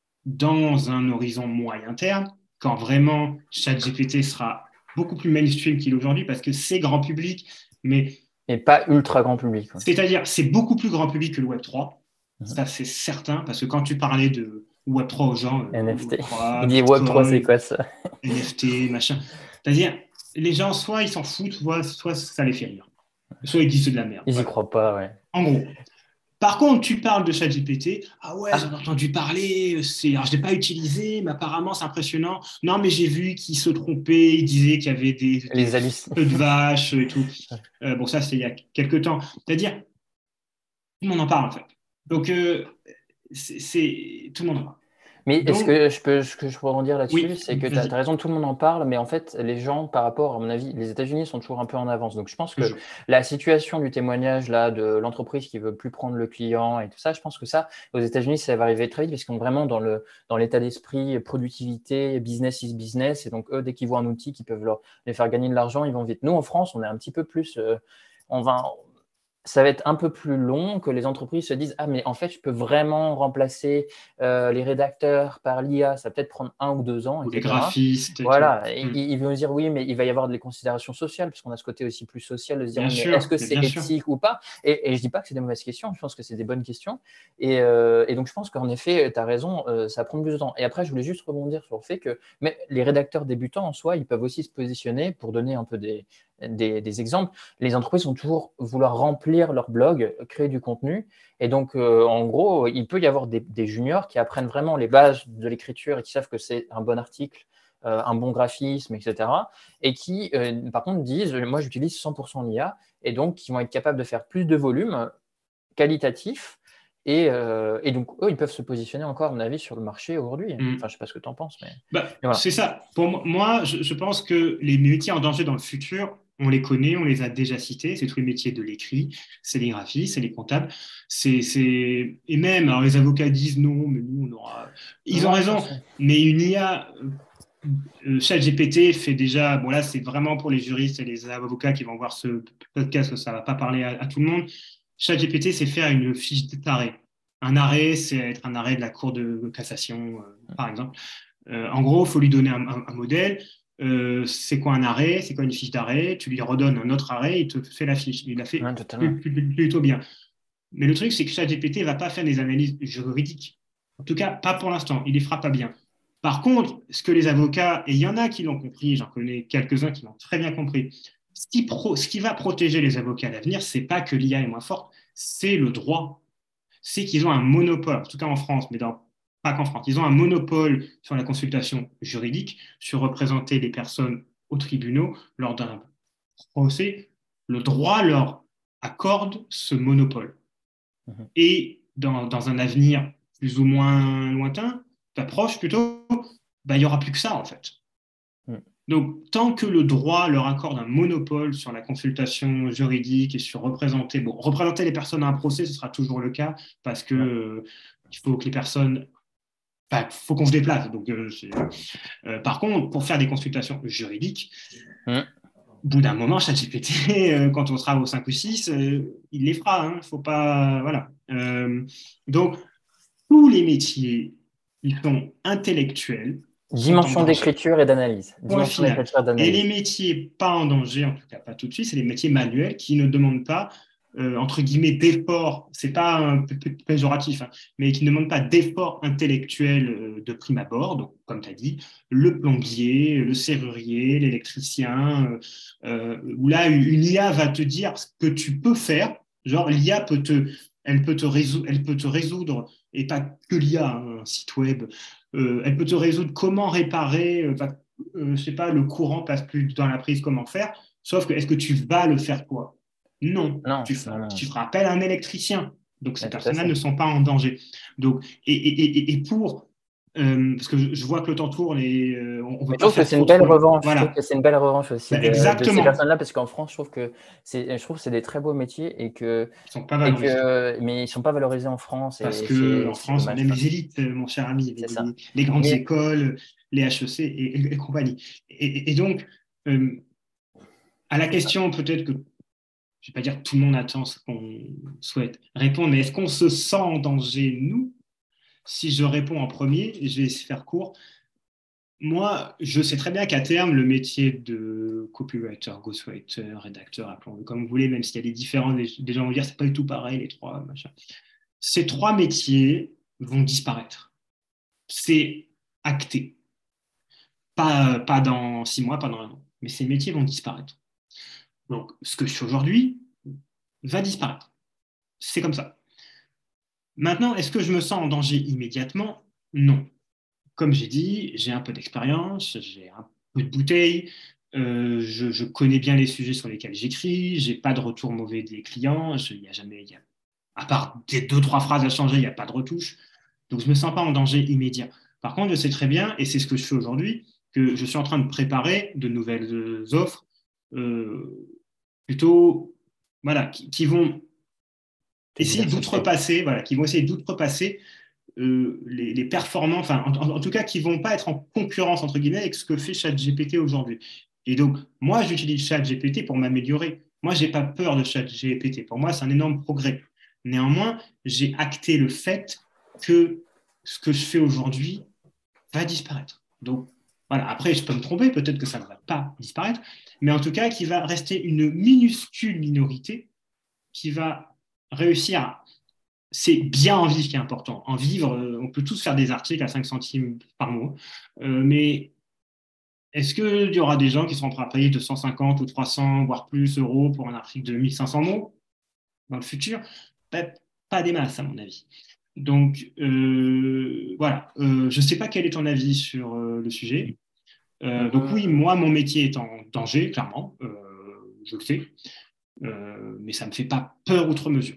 dans un horizon moyen terme, quand vraiment ChatGPT sera beaucoup plus mainstream qu'il est aujourd'hui, parce que c'est grand public, mais et pas ultra grand public. Ouais. c'est-à-dire c'est beaucoup plus grand public que le Web3, Mhm. ça c'est certain, parce que quand tu parlais de Web3 aux gens, NFT. Web3, Il dit Web3, c'est Bitcoin, quoi ça? NFT, machin, c'est-à-dire les gens, soit ils s'en foutent, soit ça les fait rire, soit ils disent c'est de la merde. Ils y Voilà. croient pas, ouais. En gros. Par contre, tu parles de ChatGPT. Ah ouais, j'en ai Ah, entendu parler. Alors, je ne l'ai pas utilisé, mais apparemment, c'est impressionnant. Non, mais j'ai vu qu'il se trompait. Il disait qu'il y avait des les hallucines. feux de vache et tout. Bon, ça, c'est il y a quelques temps. C'est-à-dire, tout le monde en parle, en fait. Donc, tout le monde en parle. Mais est-ce Donc, que ce que je pourrais en dire là-dessus, oui, c'est que tu as vas-y, raison, tout le monde en parle, mais en fait, les gens, par rapport, à mon avis, les États-Unis sont toujours un peu en avance. Donc, je pense que toujours. la situation du témoignage là, de l'entreprise qui veut plus prendre le client et tout ça, je pense que ça, aux États-Unis, ça va arriver très vite parce qu'on est vraiment dans l'état d'esprit productivité, business is business. Et donc, eux, dès qu'ils voient un outil qui peut les faire gagner de l'argent, ils vont vite. Nous, en France, on est un petit peu plus. On va, ça va être un peu plus long que les entreprises se disent ah mais en fait je peux vraiment remplacer les rédacteurs par l'IA, ça va peut-être prendre 1 ou 2 ans, Ou les etc. graphistes et tout. Voilà, ils vont dire oui, mais il va y avoir des considérations sociales, parce qu'on a ce côté aussi plus social de se dire Bien oui, mais est-ce sûr, que mais c'est bien sûr. éthique ou pas? Et je dis pas que c'est des mauvaises questions, je pense que c'est des bonnes questions. Et donc je pense qu'en effet, tu as raison, ça prend plus de temps. Et après, je voulais juste rebondir sur le fait que mais les rédacteurs débutants en soi, ils peuvent aussi se positionner pour donner un peu des exemples. Les entreprises vont toujours vouloir remplir leur blog, créer du contenu. Et donc, en gros, il peut y avoir des juniors qui apprennent vraiment les bases de l'écriture et qui savent que c'est un bon article, un bon graphisme, etc. Et qui, par contre, disent, moi, j'utilise 100% l'IA, et donc, qui vont être capables de faire plus de volume qualitatif. Et donc, eux, ils peuvent se positionner encore, à mon avis, sur le marché aujourd'hui. Enfin, je ne sais pas ce que tu en penses, Bah, mais voilà. c'est ça. Pour moi, je pense que les métiers en danger dans le futur, on les connaît, on les a déjà cités. C'est tous les métiers de l'écrit, c'est les graphistes, c'est les comptables. Et même, alors les avocats disent non, mais nous, on aura. Ils ont Ouais, raison, mais une IA, ChatGPT fait déjà. Bon, là, c'est vraiment pour les juristes et les avocats qui vont voir ce podcast, que ça ne va pas parler à tout le monde. ChatGPT, c'est faire une fiche d'arrêt. Un arrêt, c'est être un arrêt de la Cour de cassation, par exemple. En gros, il faut lui donner un modèle. c'est quoi un arrêt, c'est quoi une fiche d'arrêt, tu lui redonnes un autre arrêt, il te fait la fiche. Il l'a fait Ouais, totalement. plutôt bien. Mais le truc, c'est que ChatGPT ne va pas faire des analyses juridiques. En tout cas, pas pour l'instant. Il ne les fera pas bien. Par contre, ce que les avocats, et il y en a qui l'ont compris, j'en connais quelques-uns qui l'ont très bien compris, ce qui va protéger les avocats à l'avenir, c'est pas que l'IA est moins forte, c'est le droit. C'est qu'ils ont un monopole, en tout cas en France, mais pas qu'en France, ils ont un monopole sur la consultation juridique, sur représenter les personnes aux tribunaux lors d'un procès. Le droit leur accorde ce monopole. Mhm. Et dans un avenir plus ou moins lointain, proche plutôt, bah, il n'y aura plus que ça en fait. Mm. Donc, tant que le droit leur accorde un monopole sur la consultation juridique et sur représenter les personnes à un procès, ce sera toujours le cas parce que Ouais. il faut que les personnes, enfin, faut qu'on se déplace. Donc, par contre, pour faire des consultations juridiques, Mm. au bout d'un moment, ChatGPT, quand on sera au 5 ou 6, il les fera. Hein, faut pas, voilà. Donc, tous les métiers, ils sont intellectuels, sont en Dimension danger. d'écriture et d'analyse. Point Dimension final. d'écriture et Et les d'analyse. métiers pas en danger, en tout cas pas tout de suite, c'est les métiers manuels qui ne demandent pas, entre guillemets, d'efforts, c'est pas un peu péjoratif, hein, mais qui ne demandent pas d'efforts intellectuels de prime abord. Donc, comme tu as dit, le plombier, le serrurier, l'électricien, où là, une IA va te dire ce que tu peux faire. Genre, l'IA elle peut te résoudre, et pas que l'IA, hein, un site web, elle peut te résoudre comment réparer, je sais pas, le courant passe plus dans la prise, comment faire. Sauf que est-ce que tu vas le faire toi? Non, Non, non, non. tu feras appel à un électricien. Donc ces Mais tout à personnes-là fait. ne sont pas en danger. Donc, et pour, parce que je vois que le temps tourne et on ne Mais veut je pas trouve que faire c'est une trop belle trop long. revanche. Je trouve Voilà. que c'est une belle revanche aussi Ben, de ces exactement. personnes-là, parce qu'en France, je trouve que c'est des très beaux métiers Ils ne sont pas valorisés. mais ils sont pas valorisés en France Parce et que en c'est France, on dommage, aime quoi. les élites, mon cher ami, C'est ça. les grandes Mais écoles, les HEC et compagnie. Et donc, euh, à la question peut-être que je ne vais pas dire que tout le monde attend ce qu'on souhaite répondre, mais est-ce qu'on se sent en danger, nous? Si je réponds en premier, et je vais faire court, moi, je sais très bien qu'à terme, le métier de copywriter, ghostwriter, rédacteur, appelons-le comme vous voulez, même s'il y a des différences, des gens vont dire c'est pas du tout pareil, les trois, machin. Ces trois métiers vont disparaître. C'est acté. Pas dans 6 mois, pas dans un an. Mais ces métiers vont disparaître. Donc, ce que je fais aujourd'hui va disparaître. C'est comme ça. Maintenant, est-ce que je me sens en danger immédiatement? Non. Comme j'ai dit, j'ai un peu d'expérience, j'ai un peu de bouteille, je connais bien les sujets sur lesquels j'écris, j'ai pas de retour mauvais des clients, il y a jamais, à part des deux, trois phrases à changer, il n'y a pas de retouche. Donc, je ne me sens pas en danger immédiat. Par contre, je sais très bien, et c'est ce que je fais aujourd'hui, que je suis en train de préparer de nouvelles offres, euh, plutôt, voilà, qui vont te essayer diversifier. d'outrepasser, voilà, qui vont essayer d'outrepasser les performants, enfin, en tout cas, qui vont pas être en concurrence, entre guillemets, avec ce que fait ChatGPT aujourd'hui. Et donc, moi, j'utilise ChatGPT pour m'améliorer. Moi, j'ai pas peur de ChatGPT. Pour moi, c'est un énorme progrès. Néanmoins, j'ai acté le fait que ce que je fais aujourd'hui va disparaître. Donc, voilà. Après, je peux me tromper, peut-être que ça ne va pas disparaître, mais en tout cas, qu'il va rester une minuscule minorité qui va réussir à c'est bien en vivre qui est important. En vivre, on peut tous faire des articles à 5 centimes par mois, mais est-ce qu'il y aura des gens qui seront prêts à payer 250 ou 300, voire plus euros pour un article de 1500 mots dans le futur? Ben, pas des masses, à mon avis. Donc, voilà. Je ne sais pas quel est ton avis sur le sujet. Donc, oui, Hum, moi, mon métier est en danger, clairement. Je le sais. Mais ça ne me fait pas peur outre mesure.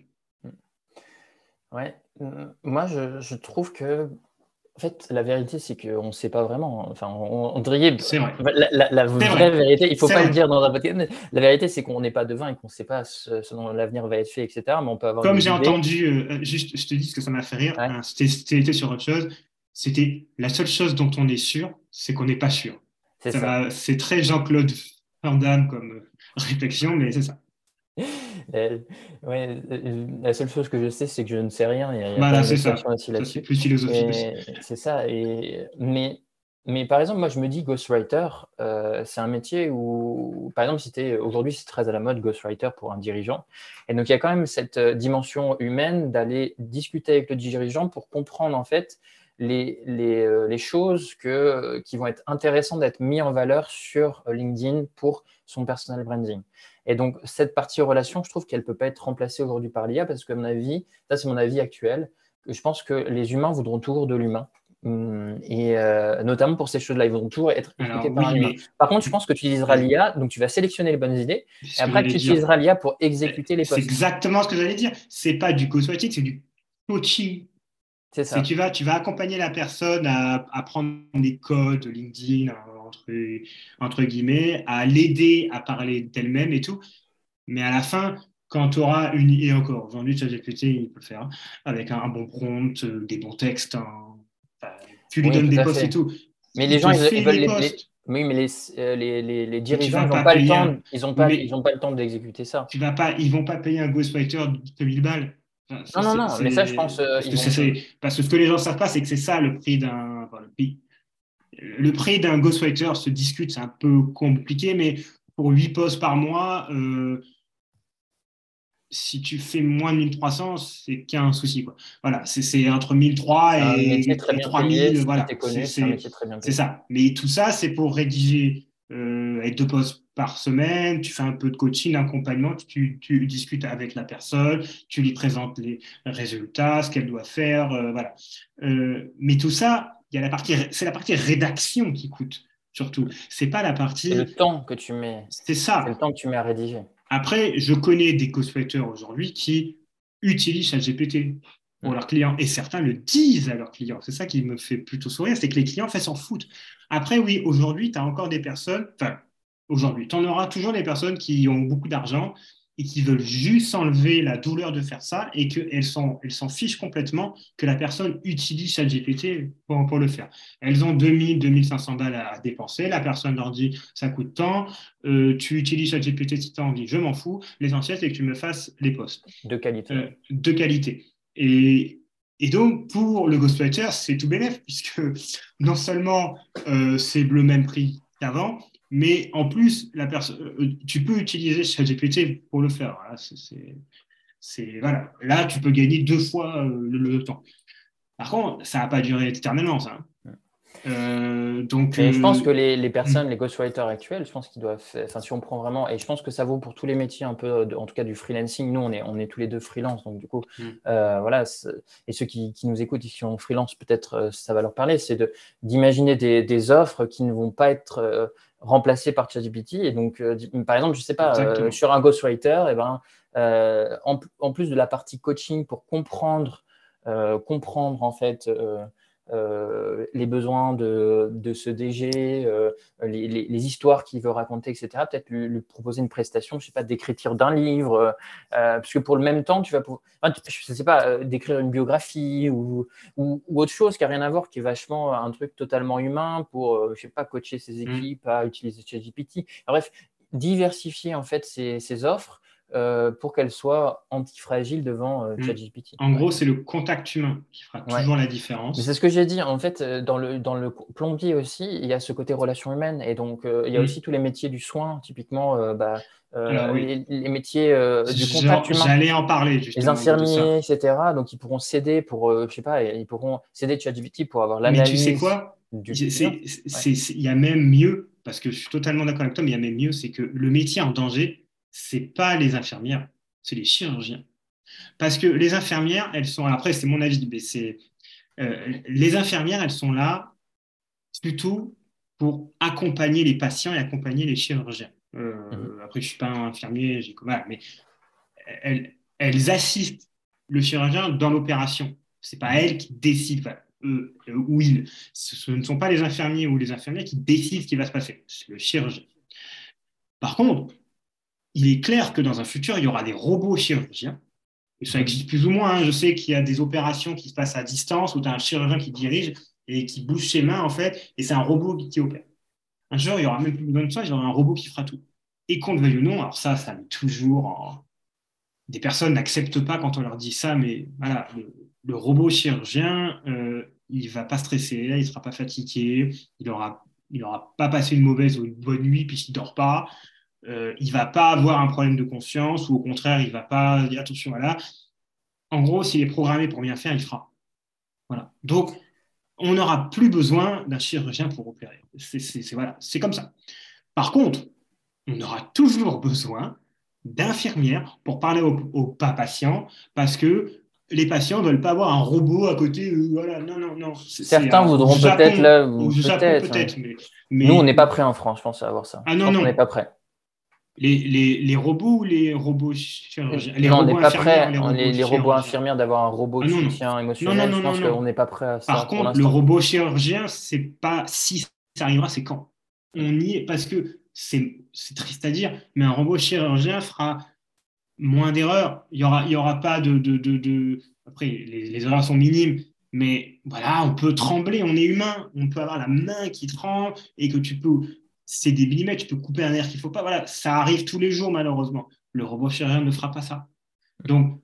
ouais. Moi, je trouve que en fait, la vérité, c'est qu'on ne sait pas vraiment. Enfin, on dirait C'est vrai. la C'est vraie vrai. vérité. Il ne faut C'est pas le vrai. dire dans un podcast. Mais la vérité, c'est qu'on n'est pas devin et qu'on ne sait pas ce dont l'avenir va être fait, etc. Mais on peut avoir Comme des j'ai idées. entendu, juste, je te dis ce que ça m'a fait rire, Ouais, hein, c'était sur autre chose. C'était la seule chose dont on est sûr, c'est qu'on n'est pas sûr. c'est ça. C'est très Jean-Claude Van Damme comme réflexion, mais c'est ça. Euh, ouais, la seule chose que je sais, c'est que je ne sais rien. Il y a plein Voilà, de c'est citations ça. aussi Ça, c'est là-dessus. plus philosophique aussi. Et c'est ça. Mais Mais par exemple, moi, je me dis ghostwriter, c'est un métier où, par exemple, aujourd'hui, c'est très à la mode, ghostwriter pour un dirigeant. Et donc, il y a quand même cette dimension humaine d'aller discuter avec le dirigeant pour comprendre, en fait, les choses qui vont être intéressantes d'être mises en valeur sur LinkedIn pour son personal branding. Et donc, cette partie relation, je trouve qu'elle ne peut pas être remplacée aujourd'hui par l'IA parce que, à mon avis, ça, c'est mon avis actuel, je pense que les humains voudront toujours de l'humain. Et notamment pour ces choses-là, ils vont toujours être écoutés Alors par un oui, humain. mais Par contre, je pense que tu utiliseras ouais, l'IA, donc tu vas sélectionner les bonnes idées, c'est et ce que après j'allais tu dire. utiliseras l'IA pour exécuter les C'est postes. exactement ce que j'allais dire. C'est pas du ghostwriting, c'est du coaching. C'est C'est ça. tu vas accompagner la personne à prendre des codes LinkedIn, entre guillemets, à l'aider à parler d'elle-même et tout. Mais à la fin, quand tu auras une. Et encore, aujourd'hui, ChatGPT, il peut le faire, hein, avec un bon prompt, des bons textes, enfin, tu lui Oui, donnes tout des à posts et fait. tout. Mais les Il gens, te ils fait veulent les posts, oui, mais les mais tu dirigeants, vas ils n'ont pas pas le payer temps, un. Mais ils ont pas le temps d'exécuter ça. ils vont pas payer un ghostwriter de 1000 balles. Enfin, Non, non, non, mais ça, je pense, parce que ils vont. parce que ce que les gens savent pas, c'est que c'est ça le prix d'un. Enfin, le prix d'un ghostwriter se discute, c'est un peu compliqué, mais pour 8 posts par mois, si tu fais moins de 1300, c'est qu'un souci, quoi. Voilà, c'est entre 1003 C'est un métier très et bien payé. 3000, Si tu voilà, es connu, c'est un métier très bien c'est payé. ça. Mais tout ça, c'est pour rédiger avec 2 posts par semaine, tu fais un peu de coaching, d'accompagnement, tu discutes avec la personne, tu lui présentes les résultats, ce qu'elle doit faire, voilà. Mais tout ça, c'est la partie rédaction qui coûte, surtout. C'est pas la C'est partie, le temps que tu mets. c'est C'est le ça. temps que tu mets à rédiger. Après, je connais des ghostwriters aujourd'hui qui utilisent ChatGPT pour Mm. leurs clients et certains le disent à leurs clients. C'est ça qui me fait plutôt sourire, c'est que les clients en fait s'en foutent. Après, oui, aujourd'hui, tu as encore des personnes, enfin, aujourd'hui, tu en auras toujours des personnes qui ont beaucoup d'argent et qui veulent juste s'enlever la douleur de faire ça et elles s'en fichent complètement que la personne utilise ChatGPT pour le faire. Elles ont 2000, 2500 balles à dépenser, la personne leur dit ça coûte tant, tu utilises ChatGPT si tu as envie, je m'en fous. L'essentiel, c'est que tu me fasses les posts De qualité. de qualité. Et donc, pour le ghostwriter, c'est tout bénef, puisque non seulement c'est le même prix qu'avant, mais en plus, tu peux utiliser ChatGPT pour le faire. Voilà, voilà. Là, tu peux gagner 2 fois le temps. Par contre, ça n'a pas duré éternellement, ça, hein. Donc, Mais je pense que les personnes, les ghostwriters actuels, je pense qu'ils doivent, enfin, si on prend vraiment, et je pense que ça vaut pour tous les métiers un peu, en tout cas du freelancing. Nous, on est tous les deux freelance, donc du coup, voilà. Et ceux qui nous écoutent et qui sont freelance, peut-être ça va leur parler, c'est d'imaginer des offres qui ne vont pas être remplacées par ChatGPT. Et donc, par exemple, je sais pas, exactement. sur un ghostwriter, et ben, en plus de la partie coaching pour comprendre en fait. Les besoins de ce DG, les histoires qu'il veut raconter, etc. Peut-être lui proposer une prestation, je ne sais pas, d'écriture d'un livre, parce que pour le même temps, tu vas pouvoir, enfin, je ne sais pas, d'écrire une biographie ou autre chose qui n'a rien à voir, qui est vachement un truc totalement humain pour, je ne sais pas, coacher ses équipes à utiliser ChatGPT. Bref, diversifier en fait ces offres pour qu'elles soient antifragiles devant ChatGPT. En Ouais. gros, c'est le contact humain qui fera Ouais. toujours la Mais c'est différence. ce que j'ai dit. En fait, dans le plombier aussi, il y a ce côté relation humaine. Et donc, il y a aussi tous les métiers du soin, typiquement Alors oui, les métiers du contact humain, j'allais en parler les justement de ça. infirmiers, etc. Donc, ils pourront s'aider pour, je sais pas, ils pourront s'aider de ChatGPT pour avoir Mais tu sais l'analyse quoi? du client. Ouais. Il y a même mieux, parce que je suis totalement d'accord avec toi, mais il y a même mieux, c'est que le métier en danger, c'est pas les infirmières, c'est les chirurgiens. Parce que les infirmières, elles sont, après c'est mon avis, mais les infirmières, elles sont là plutôt pour accompagner les patients et accompagner les chirurgiens. Mhm. Après, je suis pas un infirmier, voilà, mais elles assistent le chirurgien dans l'opération. C'est pas Mhm. elles qui décident, enfin, ou ils. Ce ne sont pas les infirmiers ou les infirmières qui décident ce qui va se passer. C'est le chirurgien. Par contre, il est clair que dans un futur, il y aura des robots chirurgiens. Et ça Mhm. existe plus ou moins, hein. Je sais qu'il y a des opérations qui se passent à distance où tu as un chirurgien qui dirige et qui bouge ses mains, en fait, et c'est un robot qui opère. Un jour, il y aura même plus besoin de ça, il y aura un robot qui fera tout. Et qu'on le veuille ou non, alors ça met toujours des personnes n'acceptent pas quand on leur dit ça, mais voilà, le robot chirurgien, il va pas stresser, il sera pas fatigué, il aura pas passé une mauvaise ou une bonne nuit puisqu'il dort pas. Il va pas avoir un problème de conscience ou au contraire, il va pas dire attention, voilà. En gros, s'il est programmé pour bien faire, il fera. Voilà. Donc, on n'aura plus besoin d'un chirurgien pour opérer. Voilà, c'est comme ça. Par contre, on aura toujours besoin d'infirmières pour parler aux patients parce que les patients ne veulent pas avoir un robot à côté. Voilà, non, non, non. Certains voudront peut-être là, Au Japon peut-être. peut-être, Nous, on mais n'est pas prêts en France, je pense, à avoir ça. ah Je non, pense qu'on n'est non. pas prêts. Les robots ou les robots chirurgiens? Les Non, on n'est robots pas infirmières ou prêts, les robots les robots chirurgiens? infirmières, d'avoir un robot Ah de non, non. soutien Non, non, émotionnel. Je non, non, pense qu'on non. n'est pas prêt à ça Par pour contre, le l'instant. robot chirurgien, c'est pas si ça arrivera, c'est quand. On y est parce que c'est triste à dire, mais un robot chirurgien fera moins d'erreurs. Il y aura pas Après, les erreurs sont minimes, mais voilà, on peut trembler, on est humain, on peut avoir la main qui tremble et que tu peux. C'est des millimètres, tu peux couper un nerf qu'il faut pas. Voilà, ça arrive tous les jours, malheureusement. Le robot chirurgien ne fera pas ça. Donc,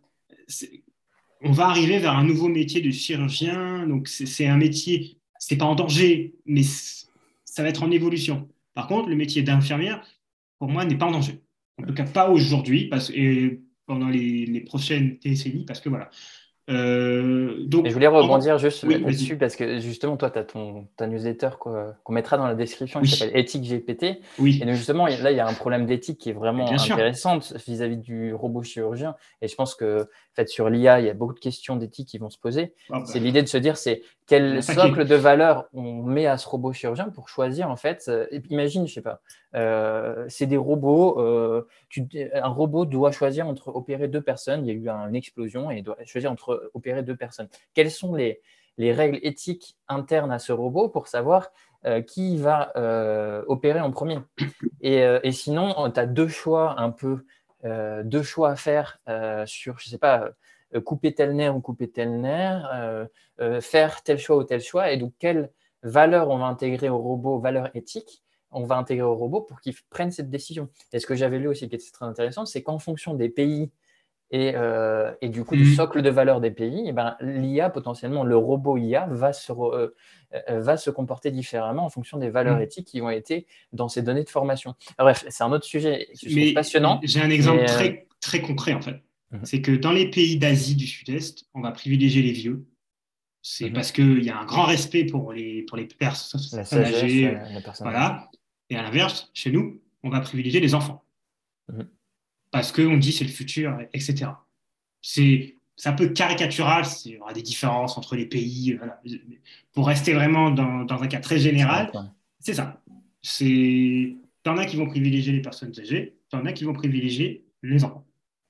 on va arriver vers un nouveau métier de chirurgien. Donc, c'est un métier, c'est pas en danger, mais ça va être en évolution. Par contre, le métier d'infirmière, pour moi, n'est pas en danger. En tout cas, pas aujourd'hui et pendant les prochaines décennies, parce que voilà. Et je Donc, voulais rebondir juste oui, là-dessus vas-y. parce que justement, toi, tu as ta newsletter qu'on mettra dans la description qui s'appelle Oui, Éthique GPT. Et oui, donc, justement, là, il y a un problème d'éthique qui est mais vraiment bien sûr. intéressant vis-à-vis du robot chirurgien. Et je pense que, en fait, sur l'IA, il y a beaucoup de questions d'éthique qui vont se poser. Ah C'est bah, l'idée de se dire, c'est il y en a quel un paquet. socle de valeur on met à ce robot chirurgien pour choisir, en fait. Imagine, je sais pas, c'est des robots. Un robot doit choisir entre opérer deux personnes. Il y a eu une explosion et il doit choisir entre opérer deux personnes. Quelles sont les règles éthiques internes à ce robot pour savoir qui va opérer en premier. Et sinon, tu as deux choix deux choix à faire sur, je sais pas, couper tel nerf ou couper tel nerf, faire tel choix ou tel choix. Et donc, quelle valeur on va intégrer au robot, valeur éthique, on va intégrer au robot pour qu'il prenne cette décision. Et ce que j'avais lu aussi qui était très intéressant, c'est qu'en fonction des pays et du coup, du Mhm. socle de valeur des pays, eh ben, l'IA, potentiellement, le robot IA va se comporter différemment en fonction des valeurs Mhm. éthiques qui ont été dans ces données de formation. Bref, c'est un autre sujet que je trouve Mais passionnant. j'ai un exemple Mais très, très concret, en fait. mhm, C'est que dans les pays d'Asie du Sud-Est, on va privilégier les vieux. C'est mhm. parce qu'il y a un grand respect pour les La personnes sagesse, âgées. la personne âgée. Voilà. Et à l'inverse, chez nous, on va privilégier les enfants. Mhm. Parce qu'on dit c'est le futur, etc. C'est un peu caricatural, il y aura des différences entre les pays. Voilà. Pour rester vraiment dans un cas très C'est un général, point. c'est ça. T'en as qui vont privilégier les personnes âgées, t'en as qui vont privilégier les enfants.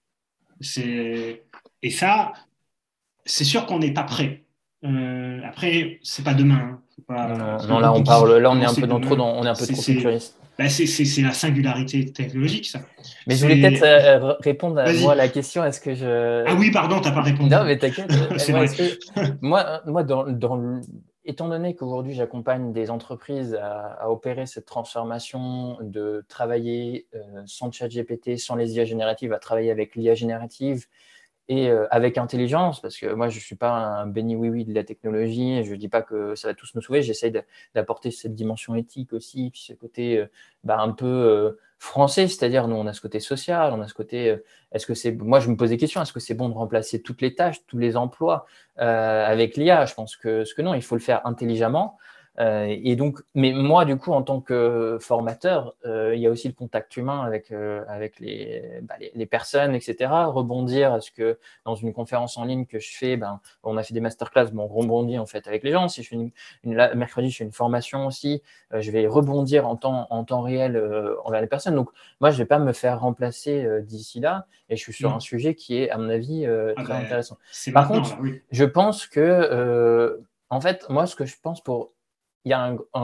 C'est, et ça, c'est sûr qu'on n'est pas prêt. Après, c'est pas demain. Hein. Non, Parce que non, là, beaucoup disent, on est non, un c'est peu demain. on est un peu trop futuriste. C'est la singularité technologique, ça. Mais je voulais peut-être C'est, répondre à moi à vas-y. la question. Est-ce que Ah je. oui, pardon, t'as pas Non, répondu. mais t'inquiète. C'est vrai. Moi étant donné qu'aujourd'hui j'accompagne des entreprises à opérer cette transformation de travailler sans ChatGPT, sans les IA génératives, à travailler avec l'IA générative et avec intelligence, parce que moi je ne suis pas un béni oui-oui de la technologie, et je ne dis pas que ça va tous nous sauver, j'essaie d'apporter cette dimension éthique aussi, puis ce côté un peu français, c'est-à-dire nous on a ce côté social, on a ce côté, est-ce que c'est, moi je me pose des questions, est-ce que c'est bon de remplacer toutes les tâches, tous les emplois avec l'IA? Je pense que non, il faut le faire intelligemment. Et donc, mais moi, du coup, en tant que formateur, il y a aussi le contact humain avec les personnes, etc. Rebondir, est-ce que dans une conférence en ligne que je fais, on a fait des masterclass, on rebondit en fait avec les gens. Si je fais mercredi, je fais une formation aussi, je vais rebondir en temps réel envers les personnes. Donc, moi, je ne vais pas me faire remplacer d'ici là. Et je suis sur un Non. sujet qui est, à mon avis, Ah très ben, intéressant. c'est Par maintenant, contre, là, oui. je pense que, en fait, moi, ce que je pense pour il y a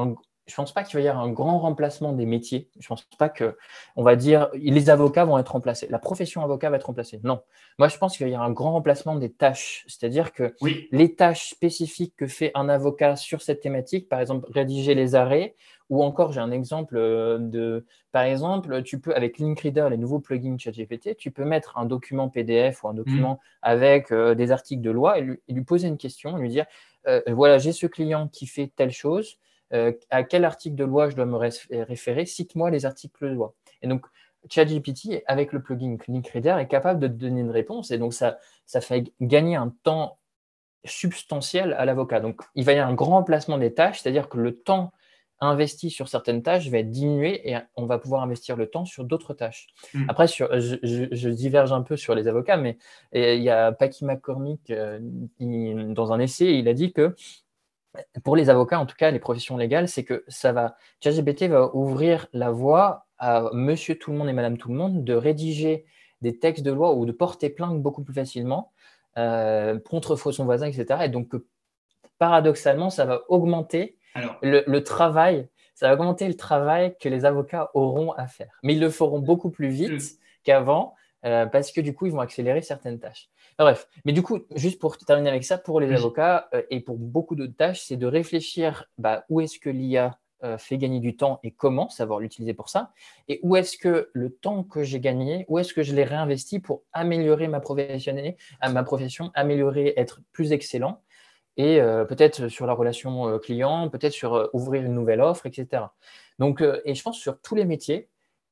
je pense pas qu'il va y avoir un grand remplacement des métiers. Je pense pas que on va dire les avocats vont être remplacés, la profession avocat va être remplacée. Non, moi je pense qu'il va y avoir un grand remplacement des tâches, c'est-à-dire que Oui. les tâches spécifiques que fait un avocat sur cette thématique, par exemple rédiger les arrêts, ou encore j'ai un exemple par exemple, tu peux avec Linkreader, les nouveaux plugins ChatGPT, tu peux mettre un document PDF ou un Mm. document avec des articles de loi et lui poser une question, lui dire voilà, j'ai ce client qui fait telle chose, à quel article de loi je dois me référer, cite-moi les articles de loi. Et donc, ChatGPT, avec le plugin Linkreader, est capable de te donner une réponse et donc ça fait gagner un temps substantiel à l'avocat. Donc, il va y avoir un grand remplacement des tâches, c'est-à-dire que le temps investi sur certaines tâches va être diminué et on va pouvoir investir le temps sur d'autres tâches. Mm. Après, je diverge un peu sur les avocats, mais il y a Paki McCormick, dans un essai, il a dit que pour les avocats, en tout cas les professions légales, c'est que ChatGPT va ouvrir la voie à monsieur tout le monde et madame tout le monde de rédiger des textes de loi ou de porter plainte beaucoup plus facilement contre son voisin, etc. Et donc, paradoxalement, ça va augmenter Alors, le travail, ça va augmenter le travail que les avocats auront à faire. Mais ils le feront beaucoup plus euh, vite qu'avant parce que du coup, ils vont accélérer certaines tâches. Enfin, bref, mais du coup, juste pour terminer avec ça, pour les vas-y. avocats et pour beaucoup d'autres tâches, c'est de réfléchir où est-ce que l'IA fait gagner du temps et comment, savoir l'utiliser pour ça, et où est-ce que le temps que j'ai gagné, où est-ce que je l'ai réinvesti pour améliorer ma profession, améliorer, être plus excellent et peut-être sur la relation client, peut-être sur ouvrir une nouvelle offre, etc. Donc, et je pense sur tous les métiers,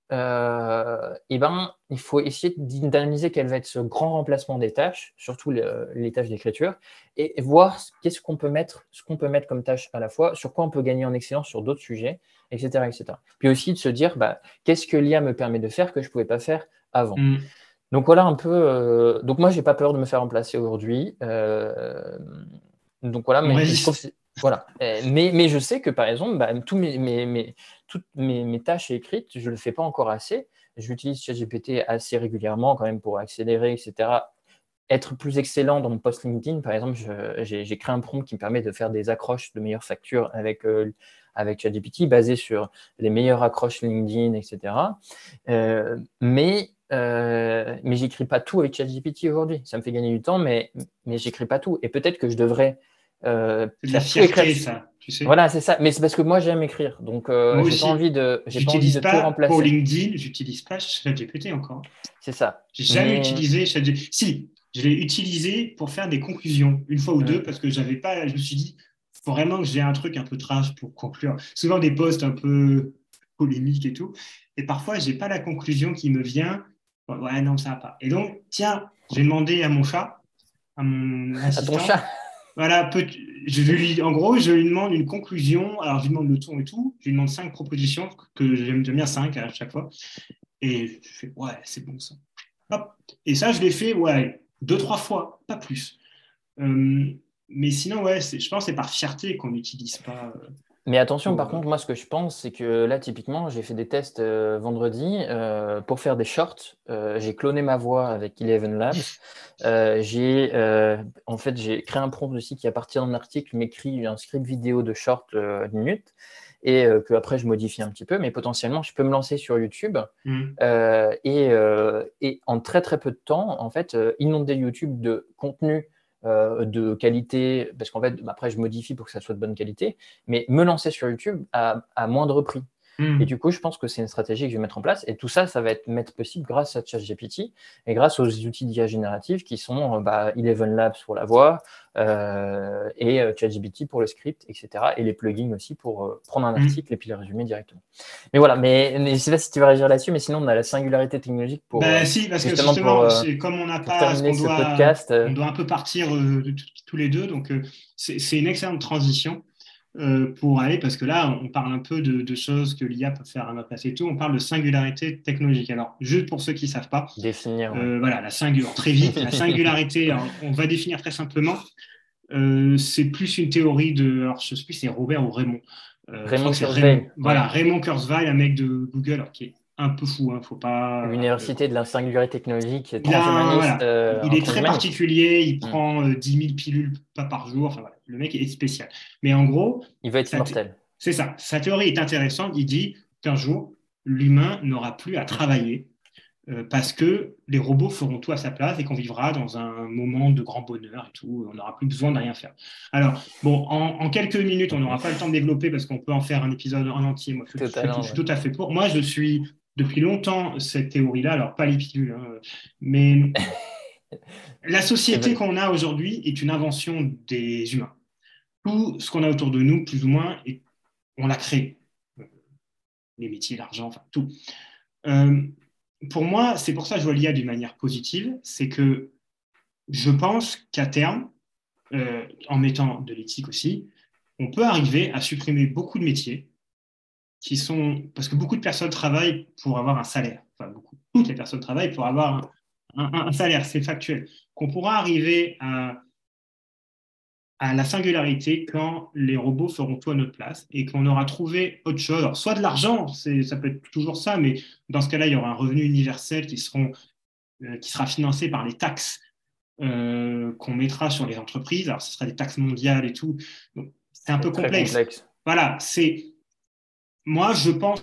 il faut essayer d'analyser quel va être ce grand remplacement des tâches, surtout les tâches d'écriture, et voir ce qu'on peut mettre comme tâche à la fois, sur quoi on peut gagner en excellence sur d'autres sujets, etc., etc. Puis aussi de se dire, qu'est-ce que l'IA me permet de faire que je ne pouvais pas faire avant. Mm. Donc voilà un peu. Donc moi, j'ai pas peur de me faire remplacer aujourd'hui. Donc voilà, On mais je trouve résiste. voilà. Mais je sais que par exemple, toutes mes tâches écrites, je le fais pas encore assez. J'utilise ChatGPT assez régulièrement quand même pour accélérer, etc. Être plus excellent dans mon post LinkedIn, par exemple, j'ai créé un prompt qui me permet de faire des accroches de meilleures factures avec ChatGPT basé sur les meilleures accroches LinkedIn, etc. Mais j'écris pas tout avec ChatGPT aujourd'hui. Ça me fait gagner du temps, mais j'écris pas tout. Et peut-être que je devrais C'est de la faire tout écrire. fierté, ça, tu sais. Voilà, c'est ça. Mais c'est parce que moi j'aime écrire, donc Moi aussi. j'ai pas envie de tout Pour remplacer. LinkedIn, j'utilise pas ChatGPT encore. C'est ça. J'ai jamais Mais utilisé ChatGPT. Si, je l'ai utilisé pour faire des conclusions, une fois ou deux, hum, parce que j'avais pas, je me suis dit, faut vraiment que j'ai un truc un peu trash pour conclure. Souvent des posts un peu polémiques et tout. Et parfois, j'ai pas la conclusion qui me vient. Ouais, ouais, non, ça va pas. Et donc, tiens, j'ai demandé à mon chat, à mon à ton assistant, chat. voilà, en gros, je lui demande une conclusion. Alors, je lui demande le ton et tout. Je lui demande 5 propositions, que j'aime bien 5 à chaque fois. Et je fais, ouais, c'est bon ça. Hop. Et ça, je l'ai fait, ouais, 2, 3 fois, pas plus. Euh, mais sinon, ouais, je pense que c'est par fierté qu'on n'utilise pas Mais attention, pour. par contre, moi, ce que je pense, c'est que là, typiquement, j'ai fait des tests vendredi pour faire des shorts. J'ai cloné ma voix avec Eleven Labs. En fait, j'ai créé un prompt aussi qui, à partir d'un article, m'écrit un script vidéo de short minutes et que après je modifie un petit peu. Mais potentiellement, je peux me lancer sur YouTube Hmm. et en très très peu de temps, en fait, inonder YouTube de contenu de qualité, parce qu'en fait, après, je modifie pour que ça soit de bonne qualité, mais me lancer sur YouTube à moindre prix. Et Hmm. du coup, je pense que c'est une stratégie que je vais mettre en place. Et tout ça, ça va être possible grâce à ChatGPT et grâce aux outils d'IA génératifs qui sont Eleven Labs pour la voix et ChatGPT pour le script, etc. Et les plugins aussi pour prendre un Hmm. article et puis le résumer directement. Mais voilà, mais je ne sais pas si tu veux réagir là-dessus, mais sinon, on a la singularité technologique Ben si, parce que justement justement, c'est comme on n'a pour pas, parce terminer qu'on ce doit, podcast. on doit un peu partir tous les deux, donc c'est une excellente transition pour aller, parce que là, on parle un peu de choses que l'IA peut faire à notre place et tout. On parle de singularité technologique. Alors, juste pour ceux qui ne savent pas, Définir, ouais. voilà, très vite, la singularité, alors, on va définir très simplement. C'est plus une théorie de, alors je sais plus, c'est Robert ou Raymond. Je crois Raymond que c'est Raymond. Kurzweil, Voilà, ouais. Raymond Kurzweil, un mec de Google, alors, qui est un peu fou, hein, faut pas. L'université de la singularité technologique Voilà, il un est très transhumaniste. particulier, il Hmm. prend 10 000 pilules pas par jour. Enfin, voilà, le mec est spécial. Mais en gros, Il veut être sa, thé- immortel. C'est ça. Sa théorie est intéressante. Il dit qu'un jour, l'humain n'aura plus à travailler parce que les robots feront tout à sa place et qu'on vivra dans un moment de grand bonheur et tout. On n'aura plus besoin de rien faire. Alors, bon, en quelques minutes, on n'aura pas le temps de développer parce qu'on peut en faire un épisode en entier. Moi, je Totalement, suis ouais. tout à fait pour. Moi, je suis depuis longtemps cette théorie-là. Alors, pas les pilules, hein, mais la Et société ben, qu'on a aujourd'hui est une invention des humains. Tout ce qu'on a autour de nous, plus ou moins, on l'a créé. Les métiers, l'argent, enfin tout. Euh, pour moi, c'est pour ça que je vois l'IA d'une manière positive, c'est que je pense qu'à terme, en mettant de l'éthique aussi, on peut arriver à supprimer beaucoup de métiers qui sont... Parce que beaucoup de personnes travaillent pour avoir un salaire. Enfin, beaucoup. Toutes les personnes travaillent pour avoir un salaire, c'est factuel. Qu'on pourra arriver à la singularité quand les robots feront tout à notre place et qu'on aura trouvé autre chose. Alors, soit de l'argent, ça peut être toujours ça, mais dans ce cas-là, il y aura un revenu universel qui sera financé par les taxes qu'on mettra sur les entreprises. Alors, ce sera des taxes mondiales et tout. Donc, c'est un peu c'est très complexe. complexe. Voilà, moi,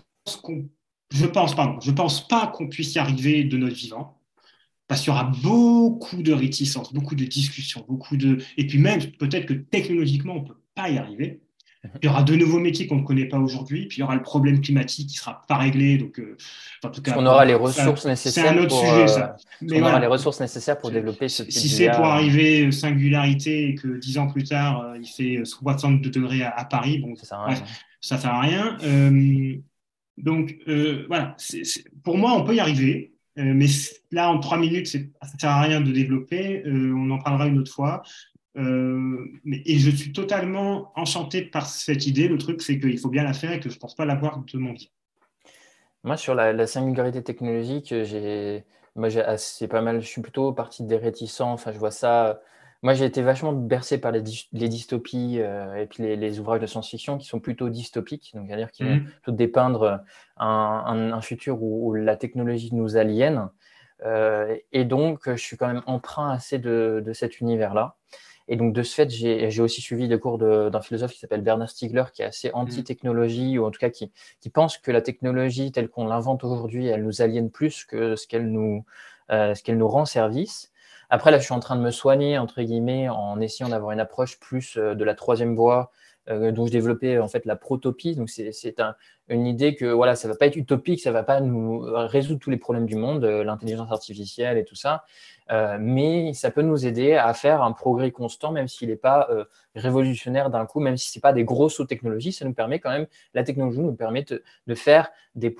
je pense pas qu'on puisse y arriver de notre vivant. Parce qu'il y aura beaucoup de réticences, beaucoup de discussions, et puis même, peut-être que technologiquement, on ne peut pas y arriver. Il y aura de nouveaux métiers qu'on ne connaît pas aujourd'hui, puis il y aura le problème climatique qui ne sera pas réglé. Donc, en tout Parce cas, qu'on aura les ça, ressources c'est un nécessaires autre pour, sujet, ça. parce Mais qu'on aura les voilà, ressources nécessaires pour développer ce type si c'est pour d'IA. arriver singularité et que 10 ans plus tard, il fait 62 degrés à Paris, bon, Ça sert à bref, rien. ça ne sert à rien. Donc, voilà, pour moi, on peut y arriver. Mais là, en 3 minutes, ça ne sert à rien de développer. On en parlera une autre fois. Et je suis totalement enchanté par cette idée. Le truc, c'est qu'il faut bien la faire et que je ne pense pas l'avoir de mon vie. Moi, sur la singularité technologique, j'ai assez pas mal. Je suis plutôt parti des réticents. Enfin, je vois ça. Moi, j'ai été vachement bercé par les dystopies et puis les ouvrages de science-fiction qui sont plutôt dystopiques, donc c'est-à-dire qui vont Mhm. plutôt dépeindre un futur où la technologie nous aliène. Et donc, je suis quand même emprunt assez de cet univers-là. Et donc, de ce fait, j'ai aussi suivi des cours d'un philosophe qui s'appelle Bernard Stiegler, qui est assez Mhm. anti-technologie, ou en tout cas qui pense que la technologie telle qu'on l'invente aujourd'hui, elle nous aliène plus que ce qu'elle nous rend service. Après, là, je suis en train de me soigner, entre guillemets, en essayant d'avoir une approche plus de la troisième voie, dont je développais en fait la protopie. Donc, une idée que voilà, ça ne va pas être utopique, ça ne va pas nous résoudre tous les problèmes du monde, l'intelligence artificielle et tout ça. Mais ça peut nous aider à faire un progrès constant, même s'il n'est pas révolutionnaire d'un coup, même si ce n'est pas des gros sauts de technologie, ça nous permet quand même, la technologie nous permet de faire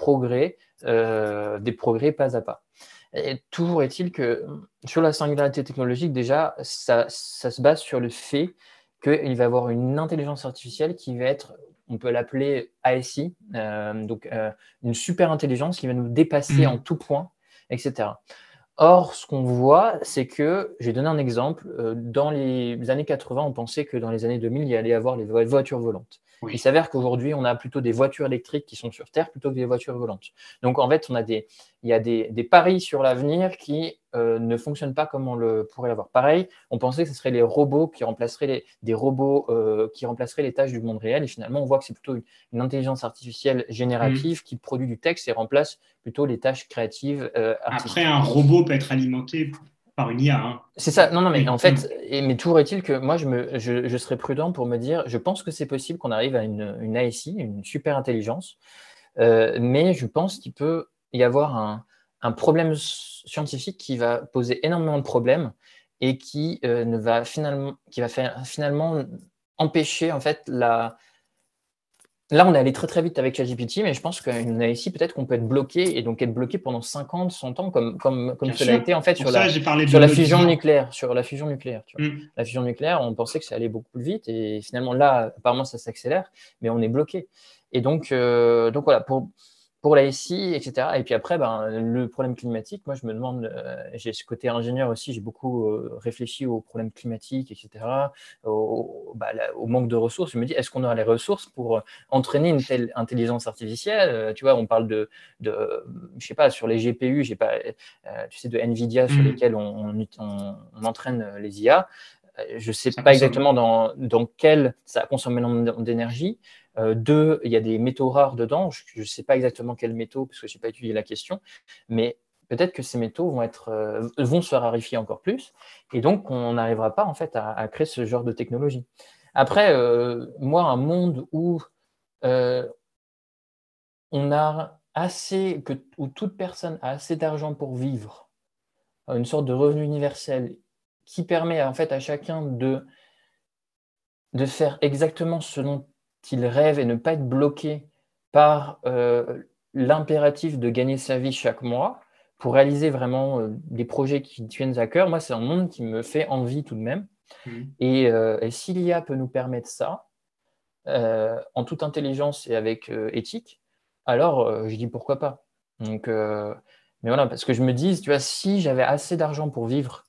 des progrès pas à pas. Et toujours est-il que sur la singularité technologique, déjà, ça se base sur le fait qu'il va y avoir une intelligence artificielle qui va être, on peut l'appeler ASI, une super intelligence qui va nous dépasser en Mhm. tout point, etc. Or, ce qu'on voit, c'est que, j'ai donné un exemple, dans les années 80, on pensait que dans les années 2000, il y allait y avoir les voitures volantes. Il Oui. s'avère qu'aujourd'hui, on a plutôt des voitures électriques qui sont sur Terre plutôt que des voitures volantes. Donc, en fait, il y a des paris sur l'avenir qui ne fonctionnent pas comme on le pourrait l'avoir. Pareil, on pensait que ce seraient les robots qui remplaceraient des robots qui remplaceraient les tâches du monde réel. Et finalement, on voit que c'est plutôt une intelligence artificielle Mhm. générative qui produit du texte et remplace plutôt les tâches créatives Après, artistiques. un robot peut être alimenté par une IA, hein. C'est ça, non, non, mais en Oui. Mhm. fait, mais toujours est-il que moi, je serais prudent pour me dire, je pense que c'est possible qu'on arrive à une ASI, une super intelligence, mais je pense qu'il peut y avoir un problème scientifique qui va poser énormément de problèmes et qui, ne va finalement, qui va faire, finalement empêcher en fait la, là, on est allé très très vite avec ChatGPT, mais je pense qu'une ASI, peut-être qu'on peut être bloqué et donc être bloqué pendant 50, 100 ans, comme Bien cela a sûr. été en fait Pour ça, j'ai parlé de sur la notre fusion vivant. nucléaire. Sur la fusion nucléaire, tu vois. Mhm. La fusion nucléaire, on pensait que ça allait beaucoup plus vite et finalement là, apparemment, ça s'accélère, mais on est bloqué. Et donc voilà, pour la SI, etc. Et puis après, ben, le problème climatique, moi je me demande, j'ai ce côté ingénieur aussi, j'ai beaucoup réfléchi aux problèmes climatiques, etc., au manque de ressources. Je me dis, est-ce qu'on aura les ressources pour entraîner une telle intelligence artificielle? Tu vois, on parle je sais pas, sur les GPU, j'ai pas, tu sais, de NVIDIA sur Mhm. lesquels on entraîne les IA. je ne sais Ça pas consomme. exactement dans quel ça consomme énormément d'énergie. Deux, il y a des métaux rares dedans. Je ne sais pas exactement quels métaux, parce que je n'ai pas étudié la question, mais peut-être que ces métaux vont se raréfier encore plus, et donc on n'arrivera pas en fait à créer ce genre de technologie. Après, moi, un monde où euh, on a où toute personne a assez d'argent pour vivre, une sorte de revenu universel qui permet en fait à chacun de faire exactement ce dont il rêve et ne pas être bloqué par l'impératif de gagner sa vie chaque mois pour réaliser vraiment des projets qui tiennent à cœur. Moi, c'est un monde qui me fait envie tout de même. Mhm. Et si l'IA peut nous permettre ça, en toute intelligence et avec éthique, alors je dis pourquoi pas. Donc, mais voilà, parce que je me dis, tu vois, si j'avais assez d'argent pour vivre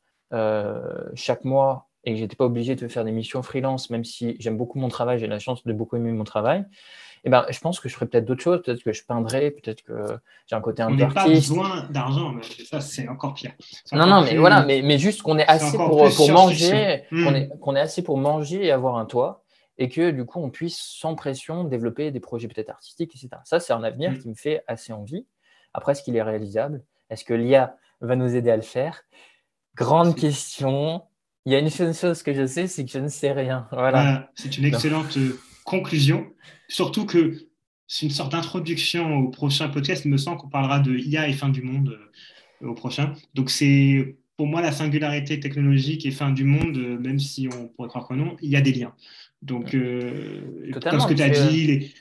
chaque mois et que j'étais pas obligé de faire des missions freelance, même si j'aime beaucoup mon travail, j'ai la chance de beaucoup aimer mon travail, eh ben, je pense que je ferais peut-être d'autres choses, peut-être que je peindrais, peut-être que j'ai un côté un On peu n'est pas artiste. besoin d'argent, mais ça, c'est encore pire. Non, non, mais voilà, mais juste qu'on ait C'est assez encore plus pour science-fiction. manger, qu'on ait assez pour manger et avoir un toit, et que du coup, on puisse sans pression développer des projets peut-être artistiques, etc. Ça, c'est un avenir qui Mm. me fait assez envie. Après, est-ce qu'il est réalisable? Est-ce que l'IA va nous aider à le faire? Grande C'est question. Il y a une seule chose que je sais, c'est que je ne sais rien. Voilà. voilà, c'est une Non. excellente conclusion. Surtout que c'est une sorte d'introduction au prochain podcast. Il me semble qu'on parlera de IA et fin du monde au prochain. Donc, c'est pour moi la singularité technologique et fin du monde, même si on pourrait croire que non, il y a des liens. Donc, comme ce Totalement, que tu parce as que dit,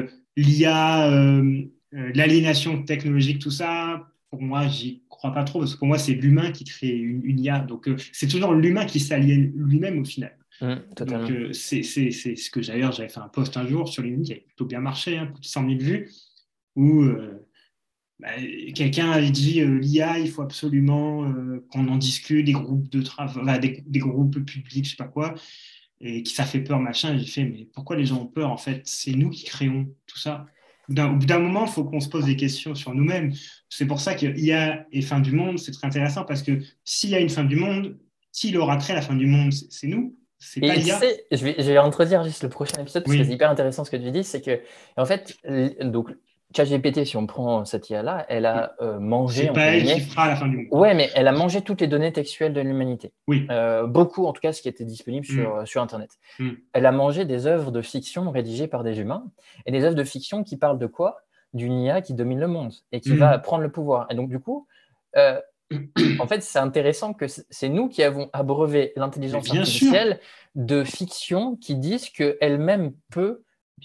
l'IA, l'aliénation technologique, tout ça, pour moi, j'y crois pas trop, parce que pour moi, c'est l'humain qui crée une IA. Donc, c'est toujours l'humain qui s'aliène lui-même au final. Donc, totalement. c'est ce que j'avais fait un post un jour sur LinkedIn qui avait plutôt bien marché, hein, plus de 100 000 vues, où bah, quelqu'un avait dit l'IA, il faut absolument qu'on en discute, des groupes de travail, enfin, des groupes publics, je sais pas quoi, et qui ça fait peur, machin. J'ai fait, mais pourquoi les gens ont peur en fait? C'est nous qui créons tout ça. Au bout d'un moment, il faut qu'on se pose des questions sur nous-mêmes. C'est pour ça que IA et fin du monde, c'est très intéressant parce que s'il y a une fin du monde, qui aura créé la fin du monde? C'est nous, c'est pas Et tu l'IA. sais, je vais introduire juste le prochain épisode parce que c'est Oui, hyper intéressant ce que tu dis. C'est que, en fait, donc, ChatGPT, si on prend cette IA-là, elle a mangé, c'est entre pas elle qui guillemets, fera la fin du monde. ouais, mais elle a mangé toutes les données textuelles de l'humanité. Oui. Beaucoup, en tout cas, ce qui était disponible Mm, sur Internet. mm, Elle a mangé des œuvres de fiction rédigées par des humains et des œuvres de fiction qui parlent de quoi? D'une IA qui domine le monde et qui va mm. prendre le pouvoir. Et donc, du coup, euh, en fait, c'est intéressant que c'est nous qui avons abreuvé Mais l'intelligence bien sûr. artificielle de fiction qui disent qu'elle-même peut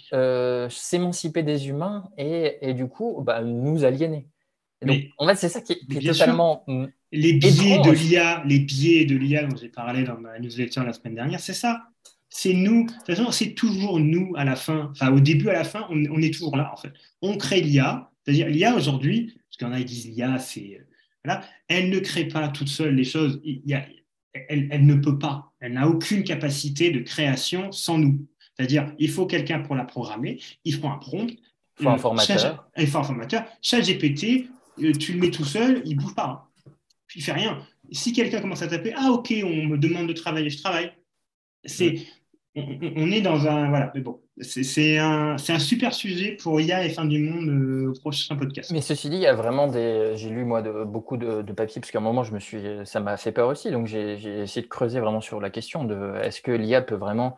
s'émanciper des humains et du coup bah, nous aliéner. Et donc, Mais, en fait, c'est ça mais qui est bien sûr. totalement Les biais de étrange. l'IA, les biais de l'IA dont j'ai parlé dans ma newsletter la semaine dernière, c'est ça. C'est nous. De toute façon, c'est toujours nous à la fin. Enfin, au début, à la fin, on est toujours là, en fait. On crée l'IA. C'est-à-dire, l'IA aujourd'hui, parce qu'il y en a qui disent l'IA, c'est. Voilà, elle ne crée pas toute seule les choses. Elle ne peut pas. Elle n'a aucune capacité de création sans nous. C'est-à-dire, il faut quelqu'un pour la programmer. Il faut un prompt. Il faut un formateur. Il faut un formateur. ChatGPT, tu le mets tout seul, il ne bouge pas, hein. Il fait rien. Si quelqu'un commence à taper, ah ok, on me demande de travailler, je travaille. Mm. C'est, on est dans un, voilà, mais bon, c'est un super sujet pour IA et fin du monde au prochain Mais podcast. ceci dit, il y a vraiment j'ai lu moi beaucoup de papiers, parce qu'à un moment, ça m'a fait peur aussi. Donc, j'ai essayé de creuser vraiment sur la question de est-ce que l'IA peut vraiment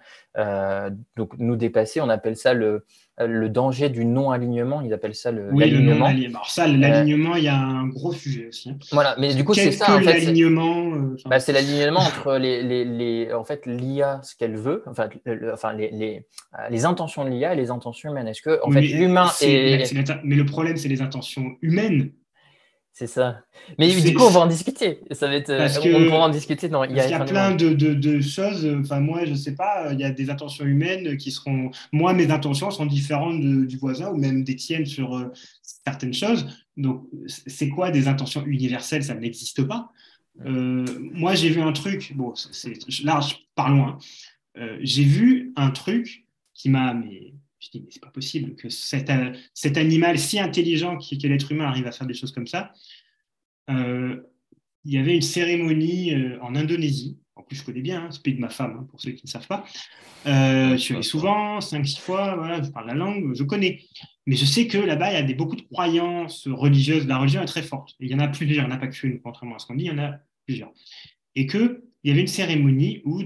donc nous dépasser? On appelle ça le danger du non-alignement. Ils appellent ça Oui, le l'alignement. non-alignement. Alors ça, Euh, l'alignement, il y a un gros sujet aussi, hein. voilà. Mais du coup, c'est Qu'est-ce que ça. En fait, l'alignement bah, enfin, c'est l'alignement entre en fait, l'IA, ce qu'elle veut, enfin, enfin les intentions de l'IA et les intentions humaines. Est-ce que, en oui, fait, mais, l'humain est. mais le problème, c'est les intentions humaines. C'est ça. Mais du coup, on va C'est, en discuter. Ça va être, Parce on pourra en que discuter dans Parce IA et qu'il y a fin du plein monde. de choses. Enfin, moi, je sais pas, il y a des intentions humaines qui seront. Moi, mes intentions sont différentes du voisin ou même des tiennes sur certaines choses. Donc, c'est quoi des intentions universelles? Ça n'existe pas. Moi, j'ai vu un truc. Bon, là, je pars loin. J'ai vu un truc qui m'a. Mais je dis, mais c'est pas possible que cet animal si intelligent qu'est l'être humain arrive à faire des choses comme ça. Euh, il y avait une cérémonie en Indonésie En plus, je connais bien, hein, c'est le pays de ma femme, hein, pour ceux qui ne savent pas. Je suis allé souvent, 5, 6 fois, voilà, je parle la langue, je connais. Mais je sais que là-bas, il y a beaucoup de croyances religieuses. La religion est très forte. Et il y en a plusieurs, il n'y en a pas qu'une, contrairement à ce qu'on dit, il y en a plusieurs. Et qu'il y avait une cérémonie où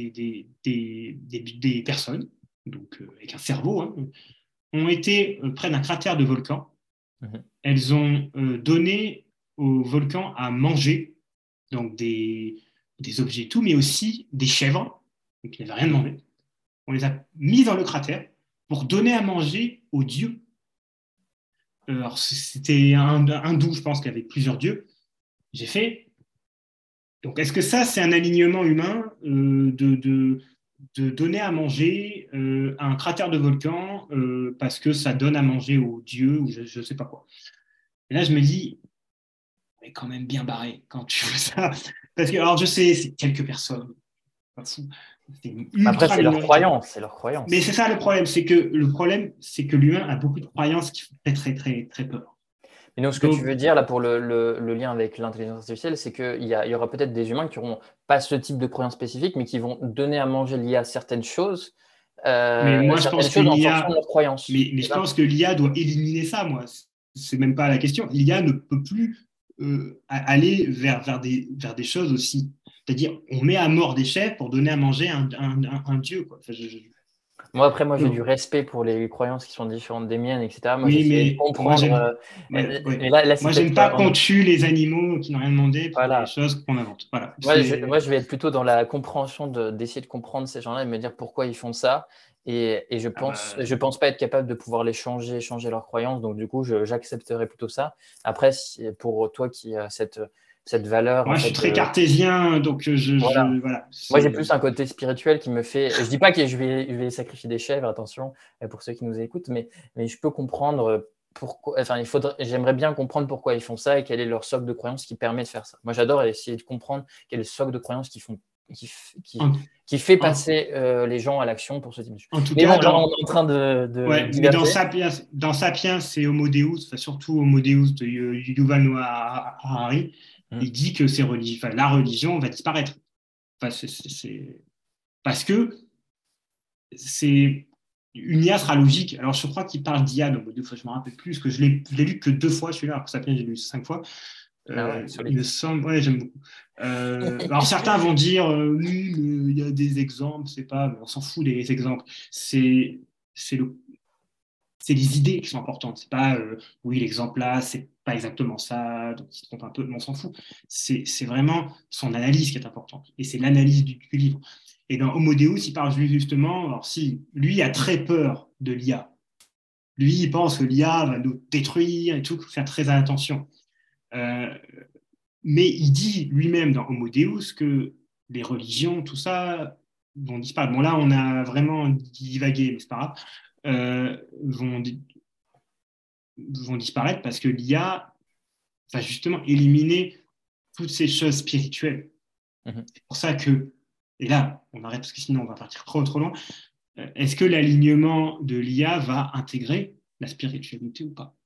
des personnes, donc avec un cerveau, hein, ont été près d'un cratère de volcan. Mhm. Elles ont donné au volcan à manger, donc des objets et tout, mais aussi des chèvres, donc ils n'avaient rien demandé. On les a mis dans le cratère pour donner à manger aux dieux. Alors, c'était un hindou, je pense, qui avait plusieurs dieux. J'ai fait. Donc, est-ce que ça, c'est un alignement humain de donner à manger à un cratère de volcan parce que ça donne à manger aux dieux ou je ne sais pas quoi. Et là, je me dis, mais quand même bien barré quand tu fais ça. Parce que, alors, je sais, c'est quelques personnes. C'est une Après, ultra c'est leur minorité. croyance, c'est leur Mais croyance. c'est ça le problème, c'est que l'humain a beaucoup de croyances qui font très, très, très, très peur. Et donc, ce que tu Donc, veux dire là pour le lien avec l'intelligence artificielle, c'est qu'il y aura peut-être des humains qui n'auront pas ce type de croyance spécifique, mais qui vont donner à manger lié à mais moi, je pense certaines que choses en fonction de l'IA, leurs croyances. mais C'est je ça? pense que l'IA doit éliminer ça, moi. C'est même pas la question. L'IA ne peut plus aller vers des choses aussi. C'est-à-dire, on met à mort des chefs pour donner à manger un dieu, quoi. Enfin, Moi, après, moi, j'ai du bon. respect pour les croyances qui sont différentes des miennes, etc. Moi, Oui, j'essaie de mais moi, comprendre. j'aime. Ouais, Et ouais. là, c'est Moi, j'aime peut-être. pas qu'on tue les animaux qui n'ont rien demandé pour des Voilà. choses qu'on invente. Voilà. Moi, je vais être plutôt dans la compréhension d'essayer de comprendre ces gens-là et me dire pourquoi ils font ça. Et Ah bah, je pense pas être capable de pouvoir changer leurs croyances. Donc, du coup, j'accepterai plutôt ça. Après, pour toi qui a cette valeur, en moi, je fait, suis très cartésien, donc voilà. voilà. Moi, j'ai plus un côté spirituel qui me fait. Je dis pas que je vais sacrifier des chèvres, attention, pour ceux qui nous écoutent, mais je peux comprendre pourquoi. Enfin, j'aimerais bien comprendre pourquoi ils font ça et quel est leur socle de croyance qui permet de faire ça. Moi, j'adore essayer de comprendre quel est le socle de croyance qui, f- qui, En, qui fait en- passer les gens à l'action pour ce type de choses. en tout Mais cas, bon, là, on est en train de ouais, mais diverger. Dans Sapiens, c'est Homo Deus, enfin, surtout Homo Deus de Yuval Noah Harari, Mm. il dit que enfin, la religion va disparaître. Enfin, parce que c'est une IA sera logique. Alors, je crois qu'il parle d'IA, donc deux fois, je me rappelle plus, parce que je l'ai lu que 2 fois, celui-là, alors que Sapiens, j'ai lu 5 fois. Ah ouais, Il solide. me semble, ouais, j'aime beaucoup. Alors certains vont dire, oui, mais il y a des exemples, c'est pas, on s'en fout des exemples. C'est le c'est les idées qui sont importantes. C'est pas, oui, l'exemple là, c'est pas exactement ça, donc il se trompe un peu, mais on s'en fout. C'est vraiment son analyse qui est importante. Et c'est l'analyse du livre. Et dans Homo Deus, il parle justement, alors si lui a très peur de l'IA, lui, il pense que l'IA va nous détruire et tout, il faut faire très attention. Euh, mais il dit lui-même dans Homo Deus que les religions, tout ça, vont disparaître. Bon, là, on a vraiment divagué, mais c'est pas grave. Vont disparaître parce que l'IA va justement éliminer toutes ces choses spirituelles. Mhm. C'est pour ça que, et là, on arrête parce que sinon on va partir trop trop loin. Est-ce que l'alignement de l'IA va intégrer la spiritualité ou pas?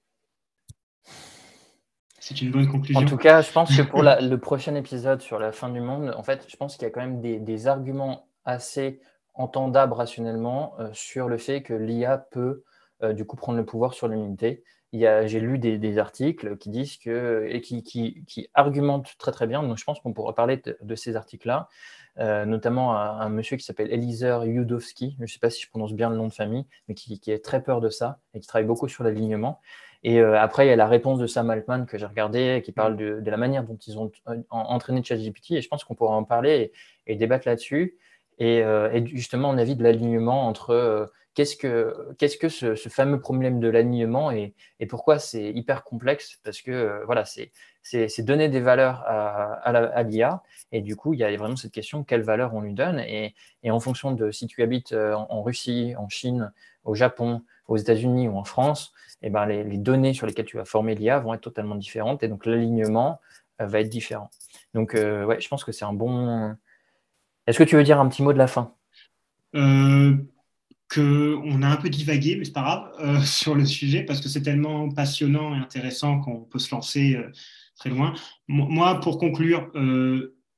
C'est une bonne En conclusion. tout cas, je pense que pour le prochain épisode sur la fin du monde, en fait, je pense qu'il y a quand même des arguments assez entendables rationnellement sur le fait que l'IA peut du coup prendre le pouvoir sur l'humanité. J'ai lu des articles qui disent et qui argumentent très très bien. Donc, je pense qu'on pourra parler de ces articles-là, notamment un monsieur qui s'appelle Eliezer Yudowski. Je ne sais pas si je prononce bien le nom de famille, mais qui a très peur de ça et qui travaille beaucoup sur l'alignement. Et après, il y a la réponse de Sam Altman que j'ai regardé, qui parle de la manière dont ils ont entraîné ChatGPT. Et je pense qu'on pourra en parler et débattre là-dessus. Et justement, mon avis de l'alignement entre qu'est-ce que ce fameux problème de l'alignement et pourquoi c'est hyper complexe. Parce que voilà, c'est donner des valeurs à l'IA. Et du coup, il y a vraiment cette question, quelle valeur on lui donne. Et en fonction de si tu habites en Russie, en Chine, au Japon, aux États-Unis ou en France, eh ben, les données sur lesquelles tu vas former l'IA vont être totalement différentes et donc l'alignement va être différent. Donc, ouais, je pense que c'est un bon. Est-ce que tu veux dire un petit mot de la fin? Euh, qu'on a un peu divagué, mais c'est pas grave, sur le sujet, parce que c'est tellement passionnant et intéressant qu'on peut se lancer très loin. Moi, pour conclure,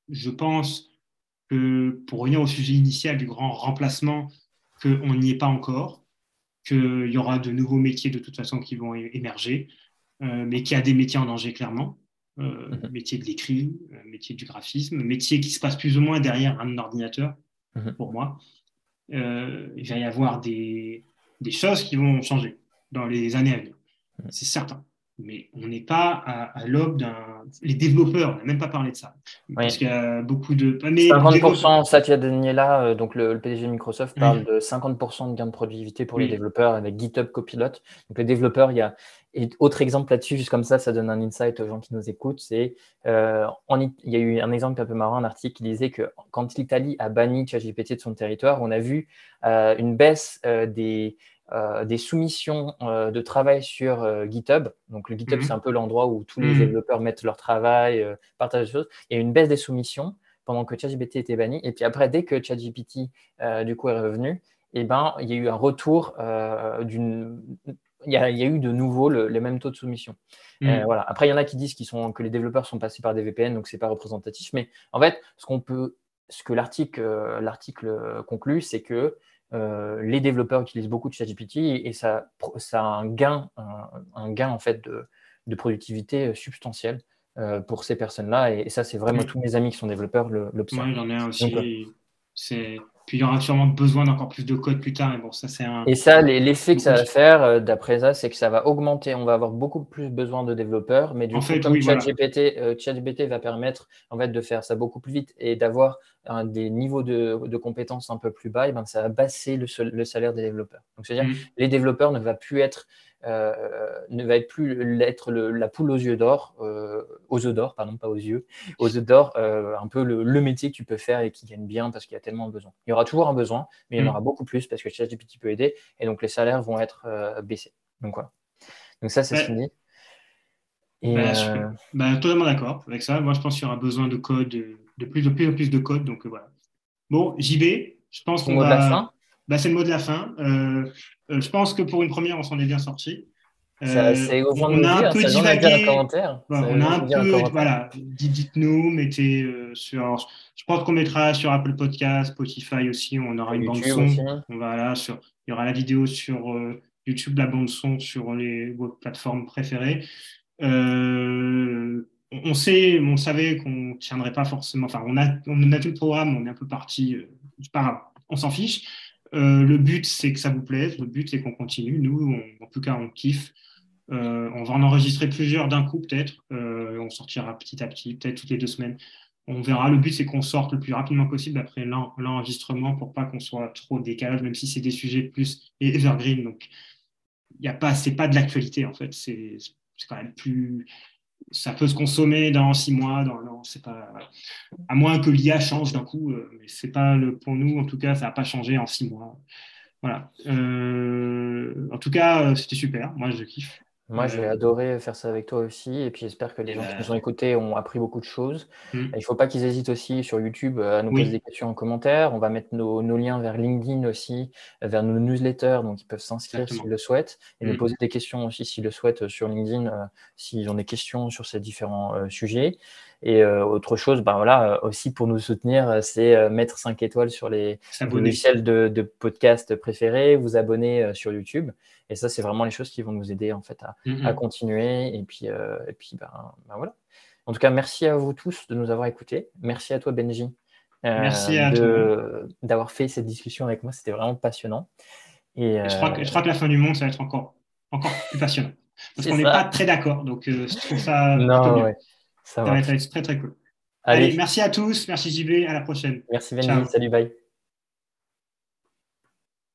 je pense que, pour revenir au sujet initial du grand remplacement, qu'on n'y est pas encore, qu'il y aura de nouveaux métiers de toute façon qui vont émerger, mais qu'il y a des métiers en danger clairement. Mhm. Métier de l'écrit, métier du graphisme, métier qui se passe plus ou moins derrière un ordinateur, Mhm. pour moi. Il va y avoir des choses qui vont changer dans les années à venir, Mhm. c'est certain. Mais on n'est pas à l'aube d'un. Les développeurs, on n'a même pas parlé de ça. Parce Oui. qu'il y a beaucoup de. Mais les développeurs. 50%, Satya Nadella, donc le PDG de Microsoft, Oui, parle de 50% de gain de productivité pour les oui. développeurs avec GitHub Copilot. Donc les développeurs, et autre exemple là-dessus, juste comme ça donne un insight aux gens qui nous écoutent, c'est il y a eu un exemple un peu marrant, un article qui disait que quand l'Italie a banni ChatGPT de son territoire, on a vu une baisse des soumissions de travail sur GitHub. Donc le GitHub, c'est un Mhm. peu l'endroit où tous les Mhm. développeurs mettent leur travail, partagent des choses. Il y a eu une baisse des soumissions pendant que ChatGPT était banni. Et puis après, dès que ChatGPT du coup est revenu, eh ben, il y a eu un retour d'une. Il y a eu de nouveau les mêmes taux de soumission. Mhm. Voilà. Après, il y en a qui disent que les développeurs sont passés par des VPN, donc ce n'est pas représentatif. Mais en fait, ce que l'article conclut, c'est que les développeurs utilisent beaucoup de ChatGPT et ça a un gain en fait de productivité substantiel pour ces personnes-là. Et ça, c'est vraiment tous Mhm. mes amis qui sont développeurs l'observent. Moi, j'en ai un Donc, aussi. Puis il y aura sûrement besoin d'encore plus de code plus tard. Mais bon, ça, c'est et ça, l'effet que autre ça va chose. faire, d'après ça, c'est que ça va augmenter. On va avoir beaucoup plus besoin de développeurs, mais du En coup, fait, comme oui, voilà. ChatGPT va permettre en fait de faire ça beaucoup plus vite et d'avoir des niveaux de compétences un peu plus bas, et ben, ça va baisser le salaire des développeurs. Donc, c'est-à-dire, Mhm. les développeurs ne va être plus être la poule aux yeux d'or, aux œufs d'or, pardon, pas aux yeux, aux œufs d'or, un peu le métier que tu peux faire et qui gagne bien parce qu'il y a tellement besoin. Il y aura toujours un besoin, mais il y en aura Mhm. beaucoup plus parce que ChatGPT peut aider et donc les salaires vont être baissés. Donc voilà. Donc ça, c'est ce qu'il Ouais, dit. Et bah, super. Bah, totalement d'accord avec ça. Moi, je pense qu'il y aura besoin de code, de plus en plus de code. Donc, voilà. Bon, JB, je pense petit qu'on mot de la va. fin, Bah, c'est le mot de la fin. Je pense que pour une première, on s'en est bien sorti. c'est aux gens de On nous a un dire, peu c'est aux gens de nous dire en divagué. commentaire. Bon, C'est on aux a gens de un nous dire en peu, commentaire. voilà, dites-nous, mettez sur. Je pense qu'on mettra sur Apple Podcast, Spotify aussi. On aura Sur une bande YouTube aussi. son. Voilà, il y aura la vidéo sur YouTube, la bande son sur vos plateformes préférées. On savait qu'on ne tiendrait pas forcément. Enfin, on a tout le programme, on est un peu parti. C'est pas grave, on s'en fiche. Le but, c'est que ça vous plaise. Le but, c'est qu'on continue. Nous, en tout cas, on kiffe. On va en enregistrer plusieurs d'un coup, peut-être. On sortira petit à petit, peut-être toutes les 2 semaines. On verra. Le but, c'est qu'on sorte le plus rapidement possible après l'enregistrement pour pas qu'on soit trop décalage, même si c'est des sujets plus evergreen. Donc, c'est pas de l'actualité, en fait. C'est quand même plus. Ça peut se consommer dans 6 mois. Non, c'est pas. Voilà. À moins que l'IA change d'un coup. Mais c'est pas pour nous, en tout cas, ça n'a pas changé en 6 mois. Voilà. En tout cas, c'était super. Moi, je kiffe. Moi, j'ai adoré faire ça avec toi aussi. Et puis, j'espère que les Et gens qui nous ont ben, écoutés ont appris beaucoup de choses. Il hmm, ne faut pas qu'ils hésitent aussi sur YouTube à nous poser des oui, questions en commentaire. On va mettre nos liens vers LinkedIn aussi, vers nos newsletters. Donc, ils peuvent s'inscrire s'ils exactement. le souhaitent et nous Hmm, poser des questions aussi s'ils le souhaitent sur LinkedIn, s'ils ont des questions sur ces différents sujets. Et autre chose, ben voilà, aussi pour nous soutenir, c'est mettre 5 étoiles sur vos s'abonner. logiciels de podcast préférés, vous abonner sur YouTube. Et ça, c'est vraiment les choses qui vont nous aider en fait Hmm, à hmm. continuer. Et puis ben voilà. En tout cas, merci à vous tous de nous avoir écoutés. Merci à toi, Benji, Merci à tout le monde. d'avoir fait cette discussion avec moi. C'était vraiment passionnant. Et Et je crois que la fin du monde, ça va être encore plus passionnant. Parce c'est qu'on n'est pas ça. très d'accord. Donc, je trouve ça plutôt Non, bien. ouais, ça Ça va être marche. très, très cool. Allez, Allez, merci à tous. Merci JB. À la prochaine. merci Benji. Ciao. Salut, bye.